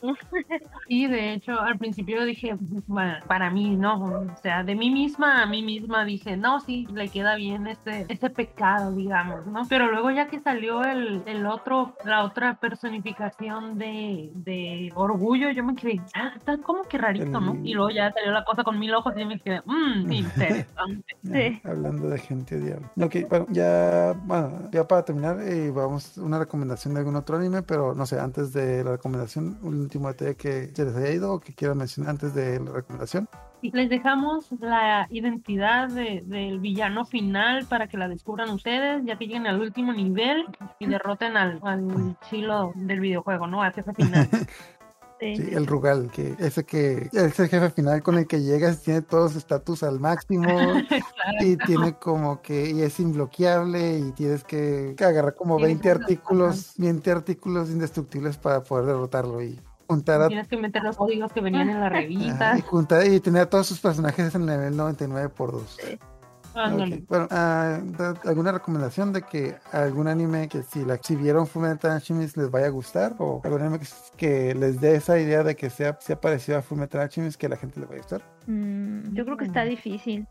Y de hecho, al principio dije, bueno, para mí, ¿no? O sea, de mí misma a mí misma dije, no, sí, le queda bien este, este pecado, digamos, ¿no? Pero luego ya que salió el, el otro, la otra personificación de, de orgullo, yo me quedé, ah, está como que rarito, ¿no? El- Y luego ya salió la cosa con mil ojos y yo me quedé, mmm, interesante. Sí. Ah, hablando de gente odiable. Ok, bueno, ya, bueno, ya para terminar, eh, vamos a una recomendación de algún otro anime, pero no sé, antes de la recomendación, un último detalle que se les haya ido o que quieran mencionar antes de la recomendación. Y les dejamos la identidad de- del villano final para que la descubran ustedes, ya que lleguen al último nivel y derroten al, al chilo del videojuego, ¿no? Al jefe final. Sí. Sí, el Rugal, que ese que es el jefe final con el que llegas y tiene todos sus estatus al máximo. y tiene como que, y es imbloqueable y tienes que, que agarrar como Tienes veinte que usar- artículos, veinte artículos indestructibles para poder derrotarlo y juntar a, Tienes que meter los códigos que venían en la ajá, y revista. juntar y tener a todos sus personajes en el nivel noventa y nueve por dos. Sí. Ándale. Ok, bueno, ah, da- ¿alguna recomendación de que algún anime que si, la, si vieron Fullmetal Alchemist les vaya a gustar? ¿O algún anime que, s- que les dé esa idea de que sea, sea parecido a Fullmetal Alchemist que a la gente le vaya a gustar? Mm, yo creo que está difícil.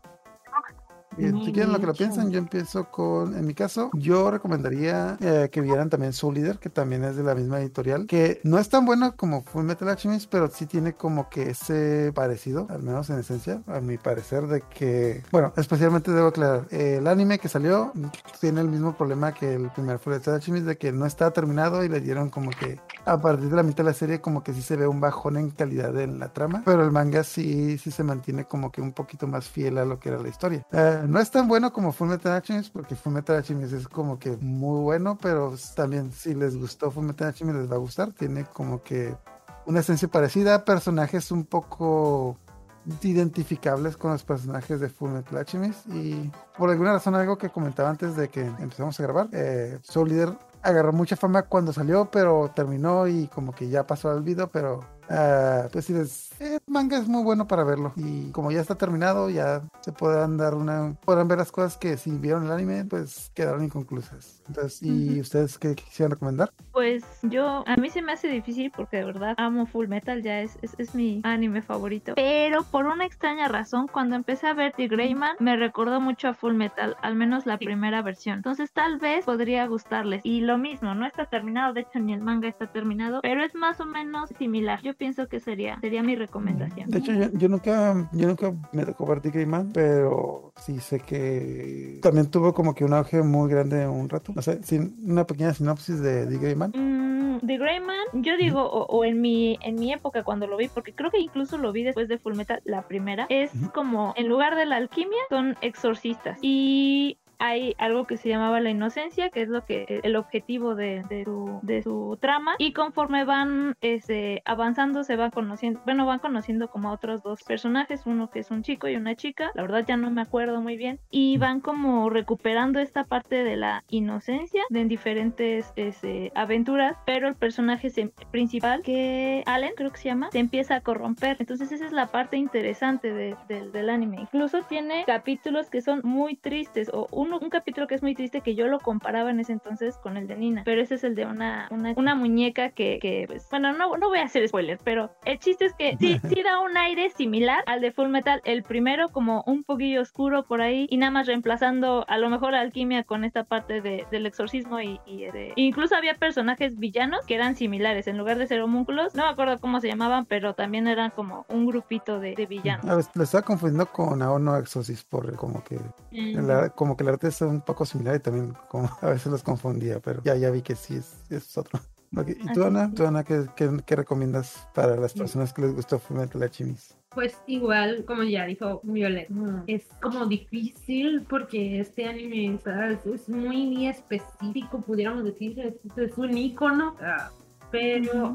Bien, si Muy quieren lo que lo mucho. piensan, yo empiezo con, en mi caso, yo recomendaría eh, que vieran también Soul Eater, que también es de la misma editorial, que no es tan bueno como Fullmetal Alchemist, pero sí tiene como que ese parecido, al menos en esencia, a mi parecer, de que, bueno, especialmente debo aclarar, eh, el anime que salió tiene el mismo problema que el primer Fullmetal Alchemist, de que no está terminado y le dieron como que a partir de la mitad de la serie como que sí se ve un bajón en calidad en la trama, pero el manga sí, sí se mantiene como que un poquito más fiel a lo que era la historia. Eh, no es tan bueno como Fullmetal Alchemist, porque Fullmetal Alchemist es como que muy bueno, pero también si les gustó Fullmetal Alchemist les va a gustar. Tiene como que una esencia parecida, personajes un poco identificables con los personajes de Fullmetal Alchemist y por alguna razón algo que comentaba antes de que empezamos a grabar, eh, Soul Eater agarró mucha fama cuando salió, pero terminó y como que ya pasó al olvido, pero uh, pues sí, les, el manga es muy bueno para verlo y como ya está terminado, ya se podrán dar una, podrán ver las cosas que si vieron el anime, pues quedaron inconclusas. Entonces, ¿y Ujú. ustedes qué quisieran recomendar? Pues yo, a mí se me hace difícil porque de verdad amo Full Metal, ya es, es, es mi anime favorito. Pero por una extraña razón, cuando empecé a ver The Greyman, me recordó mucho a Full Metal, al menos la primera versión. Entonces tal vez podría gustarles. Y lo mismo, no está terminado, de hecho ni el manga está terminado, pero es más o menos similar. Yo pienso que sería, sería mi recomendación. De hecho, yo, yo nunca, yo nunca me tocó ver The Greyman, pero sí sé que también tuvo como que un auge muy grande un rato. O sea, sin una pequeña sinopsis de The Greyman. Mm, The Greyman, yo digo, o, o en mi en mi época cuando lo vi, porque creo que incluso lo vi después de Fullmetal, la primera, es Ujú. como en lugar de la alquimia son exorcistas y hay algo que se llamaba la inocencia, que es lo que el objetivo de, de, su, de su trama, y conforme van este, avanzando se va conociendo, bueno, van conociendo como a otros dos personajes, uno que es un chico y una chica, la verdad ya no me acuerdo muy bien, y van como recuperando esta parte de la inocencia de en diferentes este, aventuras, pero el personaje se, principal, que Allen creo que se llama, se empieza a corromper, entonces esa es la parte interesante de, de, del anime, incluso tiene capítulos que son muy tristes, o un un capítulo que es muy triste que yo lo comparaba en ese entonces con el de Nina, pero ese es el de una, una, una muñeca que, que pues, bueno, no, no voy a hacer spoiler, pero el chiste es que sí, sí da un aire similar al de Fullmetal, el primero como un poquillo oscuro por ahí y nada más reemplazando a lo mejor la alquimia con esta parte de, del exorcismo y, y de... incluso había personajes villanos que eran similares, en lugar de ser homúnculos, no me acuerdo cómo se llamaban, pero también eran como un grupito de, de villanos. A ver, lo estaba confundiendo con Aono Exorcist, por como que Mm. el, como que el arte es un poco similar y también como a veces los confundía, pero ya, ya vi que sí es, es otro. Okay. ¿Y tú, Así Ana? es. ¿Tú, Ana, qué, qué, qué recomiendas para las personas que les gustó Fullmetal Alchemist? Pues igual, como ya dijo Violet, mm, es como difícil porque este anime, ¿sabes? Es muy específico, pudiéramos decir, es, es un icono, ah, pero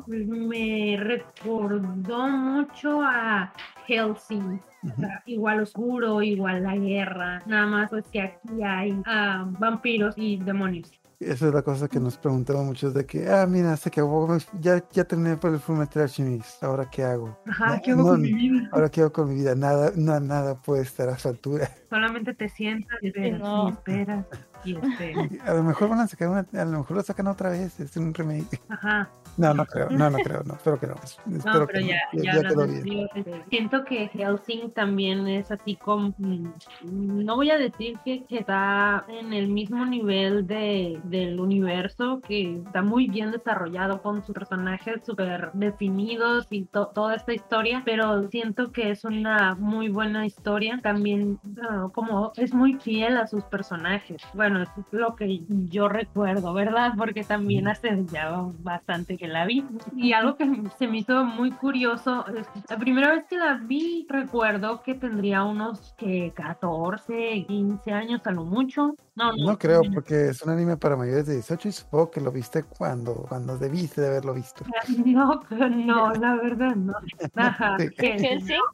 me recordó mucho a Hellsing. O sea, igual oscuro, igual la guerra, nada más pues que aquí hay ah, vampiros y demonios. Esa es la cosa que nos preguntamos muchos de que, ah, mira, se acabó, ya, ya terminé por el Fullmetal Alchemist, ¿ahora qué hago? Ajá, No, ¿qué hago no, con mi vida? ahora qué hago con mi vida, nada, no, nada puede estar a su altura. Solamente te sientas y esperas, no. y esperas, y esperas. A lo mejor van a sacar una, a lo mejor lo sacan otra vez, es un remake. Ajá. No, no creo, no, no creo, no, espero que no. Espero No, pero que ya, no, ya, ya hablando quedó en bien. serio, este, siento que Hellsing también es así como, mm, no voy a decir que que está en el mismo nivel de, del universo, que está muy bien desarrollado con sus personajes súper definidos y to- toda esta historia, pero siento que es una muy buena historia, también ah, como es muy fiel a sus personajes. Bueno, eso es lo que yo recuerdo, ¿verdad? Porque también hace ya bastante que la vi. Y algo que se me hizo muy curioso, es, la primera vez que la vi, recuerdo que tendría unos que catorce, quince años a lo mucho. No, no, No creo, porque es un anime para mayores de dieciocho y supongo que lo viste cuando, cuando debiste de haberlo visto. no, no, la verdad no. Ajá, Sí. que- Hellsing,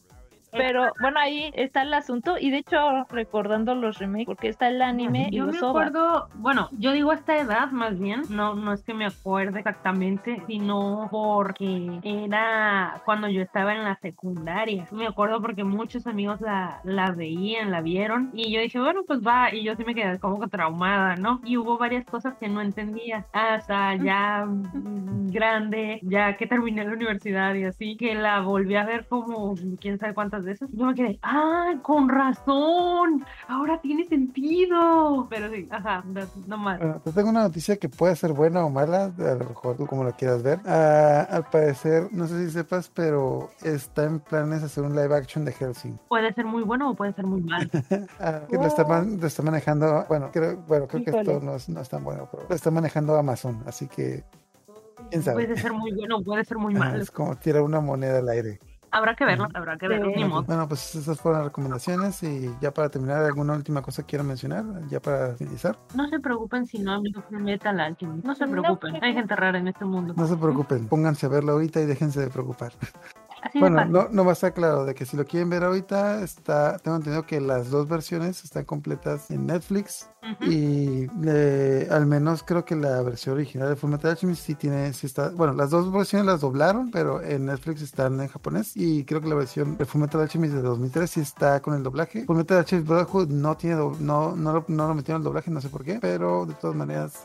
Pero bueno, ahí está el asunto. Y de hecho, recordando los remakes, porque está el anime y Yo los me O V As. acuerdo, bueno, yo digo a esta edad más bien, no, no es que me acuerde exactamente, sino porque era cuando yo estaba en la secundaria. Me acuerdo porque muchos amigos la, la veían, la vieron, y yo dije, bueno, pues va, y yo sí me quedé como que traumada, ¿no? Y hubo varias cosas que no entendía hasta ya mm, grande, ya que terminé la universidad y así, que la volví a ver como quién sabe cuántas veces. Yo me quedé, ¡ah, con razón! Ahora tiene sentido. Pero sí, ajá, no, no más. Bueno, te tengo una noticia que puede ser buena o mala, a lo mejor tú como la quieras ver. Ah, al parecer, no sé si sepas, pero está en planes hacer un live action de Hellsing. Puede ser muy bueno o puede ser muy malo. Ah, que lo está, man- lo está manejando, bueno, creo, bueno, creo que Híjole. esto no es, no es tan bueno, pero lo está manejando Amazon, así que quién sabe. Puede ser muy bueno o puede ser muy Ah, malo. es como tirar una moneda al aire. Habrá que verlo, Ujú. habrá que verlo, Sí. ni Ok, modo. bueno, pues esas fueron las recomendaciones y ya para terminar, ¿alguna última cosa que quiero mencionar? Ya para finalizar. No se preocupen si no han visto Fullmetal Alchemist. No se No, preocupen, pero- hay gente rara en este mundo. No se preocupen, pónganse a verlo ahorita y déjense de preocupar. Así de Bueno, fácil. no, no va a estar claro de que si lo quieren ver ahorita, está, tengo entendido que las dos versiones están completas en Netflix Ujú. y eh, al menos creo que la versión original de Fullmetal Alchemist sí tiene, sí está, bueno, las dos versiones las doblaron, pero en Netflix están en japonés y creo que la versión de Fullmetal Alchemist de dos mil tres sí está con el doblaje. Fullmetal Alchemist Brotherhood no tiene, do- no, no, lo- no lo metieron el doblaje, no sé por qué, pero de todas maneras.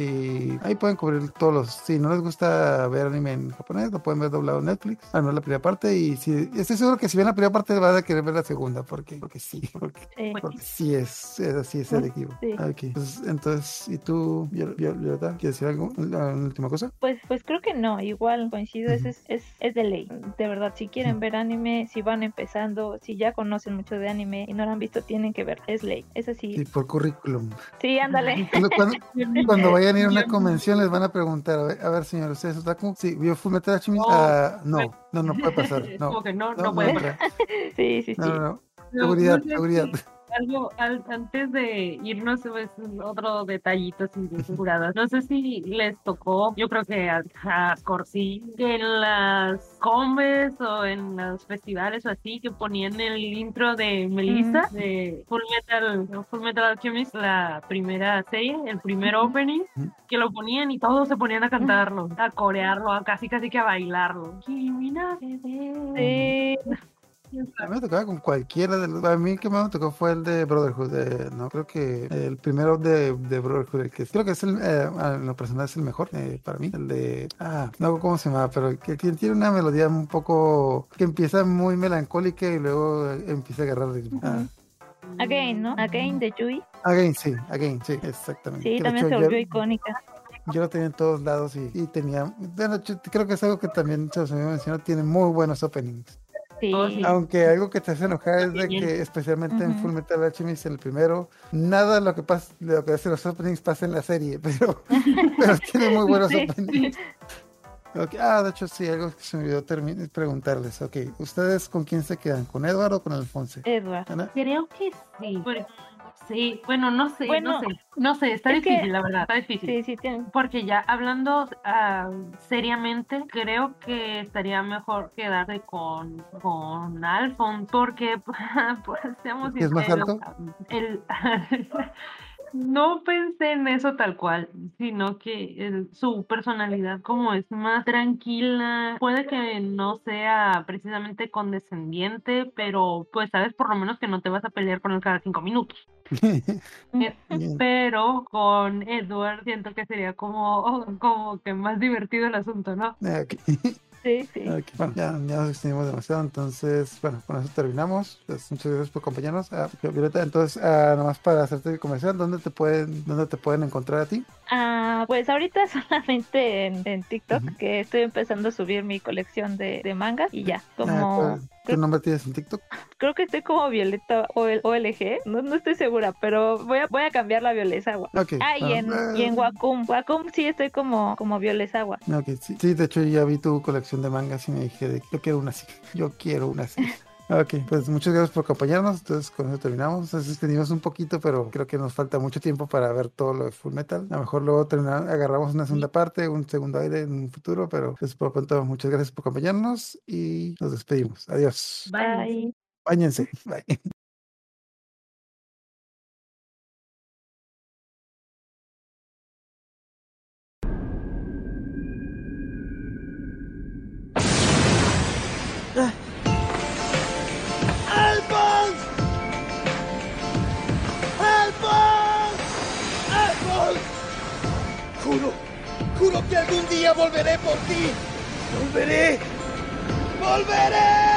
Y ahí pueden cubrir todos los. Si no les gusta ver anime en japonés, lo pueden ver doblado en Netflix, al menos la primera parte. Y si estoy seguro que si ven la primera parte, van a querer ver la segunda, porque, porque sí, porque, Sí. porque sí es, es así es el equipo. Sí. Ok, pues entonces, ¿y tú, Viol- Viol- Violeta, quieres decir algo? ¿La última cosa? Pues, pues creo que no, igual coincido, Ujú. es, es, es de ley. De verdad, si quieren ver anime, si van empezando, si ya conocen mucho de anime y no lo han visto, tienen que ver. Es ley. Es así. Sí, por currículum. Sí, ándale. Cuando, cuando, cuando vayan a ir a una Yo- convención, les van a preguntar: a ver, a ver señor, ¿usted es otaku? Sí, ¿vio Fullmetal Alchemist? Oh, Ah, no, no, no puede pasar. Es No, como que no, no, no no puede entra. Sí, sí, No, sí. no, no. No, Seguridad, no sé seguridad. si algo al- antes de irnos, pues, otro detallito así de juradas. No sé si les tocó, yo creo que a, a Scorsese, que en las combes o en los festivales o así, que ponían el intro de Melissa, de Full Metal, no, Full Metal Alchemist, la primera serie, el primer Ujú. opening, Ujú. que lo ponían y todos se ponían a cantarlo, a corearlo, a casi casi que a bailarlo. Kimi no Bebe. Sí. A mí me tocaba con cualquiera de los. A mí el que más me tocó fue el de Brotherhood. eh, no, creo que el primero de, de Brotherhood, el que creo que es el. Eh, en lo personal es el mejor eh, para mí. El de. Ah, no sé cómo se llama, pero el que tiene tiene una melodía un poco. Que empieza muy melancólica y luego eh, empieza a agarrar ritmo. Ah, Again, ¿no? Again de Yui. Again, sí, Again, sí, exactamente. Sí, Que de también hecho se yo, volvió icónica. yo lo tenía en todos lados y, y tenía. De hecho, creo que es algo que también se los había mencionado. Tiene muy buenos openings. Sí. Oh, sí. Aunque algo que te hace enojar es de Bien. que, especialmente en Ujú. Full Metal Alchemist, en el primero, nada de lo que pasa, de lo que hace los openings pasa en la serie, pero, pero tiene muy buenos Sí. openings. Ok, ah, de hecho, sí, algo que se me olvidó termi- preguntarles. Ok, ¿ustedes con quién se quedan? ¿Con Edward o con Alfonso? Edward. Ana? Creo que sí. Porque- sí, bueno, no sé, Bueno, no sé. No sé, está es que- difícil, la verdad, está difícil. Sí, sí, tiene. Porque ya hablando ah, seriamente, creo que estaría mejor quedarse con, con Alphonse, porque, pues, seamos ¿Es más sinceros, alto? el, no pensé en eso tal cual, sino que el- su personalidad como es más tranquila, puede que no sea precisamente condescendiente, pero pues sabes por lo menos que no te vas a pelear con él cada cinco minutos. Eh, Bien. Pero con Edward siento que sería como, como que más divertido el asunto, ¿no? Ah, ok. Sí, sí. Ok, bueno, ya, ya nos extendimos demasiado, entonces, bueno, con eso terminamos. Pues, muchas gracias por acompañarnos. Ah, Violeta, entonces, ah, nomás para hacerte el comercial, ¿dónde te pueden, dónde te pueden encontrar a ti? Ah, pues ahorita solamente en, en TikTok, Ujú. que estoy empezando a subir mi colección de, de mangas y ya, Ah, como ¿cuál- ¿Qué creo, nombre tienes en TikTok? creo que estoy como Violeta O L G, no, no estoy segura, pero voy a, voy a cambiar la Violesawa. Ok. Ah, y en, bueno, y en eh, Wacom, Wacom sí estoy como, como Violesawa. Ok, sí, sí, de hecho ya vi tu colección de mangas y me dije de que yo quiero una así, yo quiero una así. Ok, pues muchas gracias por acompañarnos, entonces con eso terminamos, nos extendimos un poquito, pero creo que nos falta mucho tiempo para ver todo lo de Full Metal. A lo mejor luego terminar, agarramos una segunda parte, un segundo aire en un futuro, pero pues por lo pronto muchas gracias por acompañarnos y nos despedimos. Adiós. Bye. Bye. Báñense. Bye. ¡Alphonse! ¡Alphonse! ¡Alphonse! Juro, juro que algún día volveré por ti. ¡Volveré! ¡Volveré!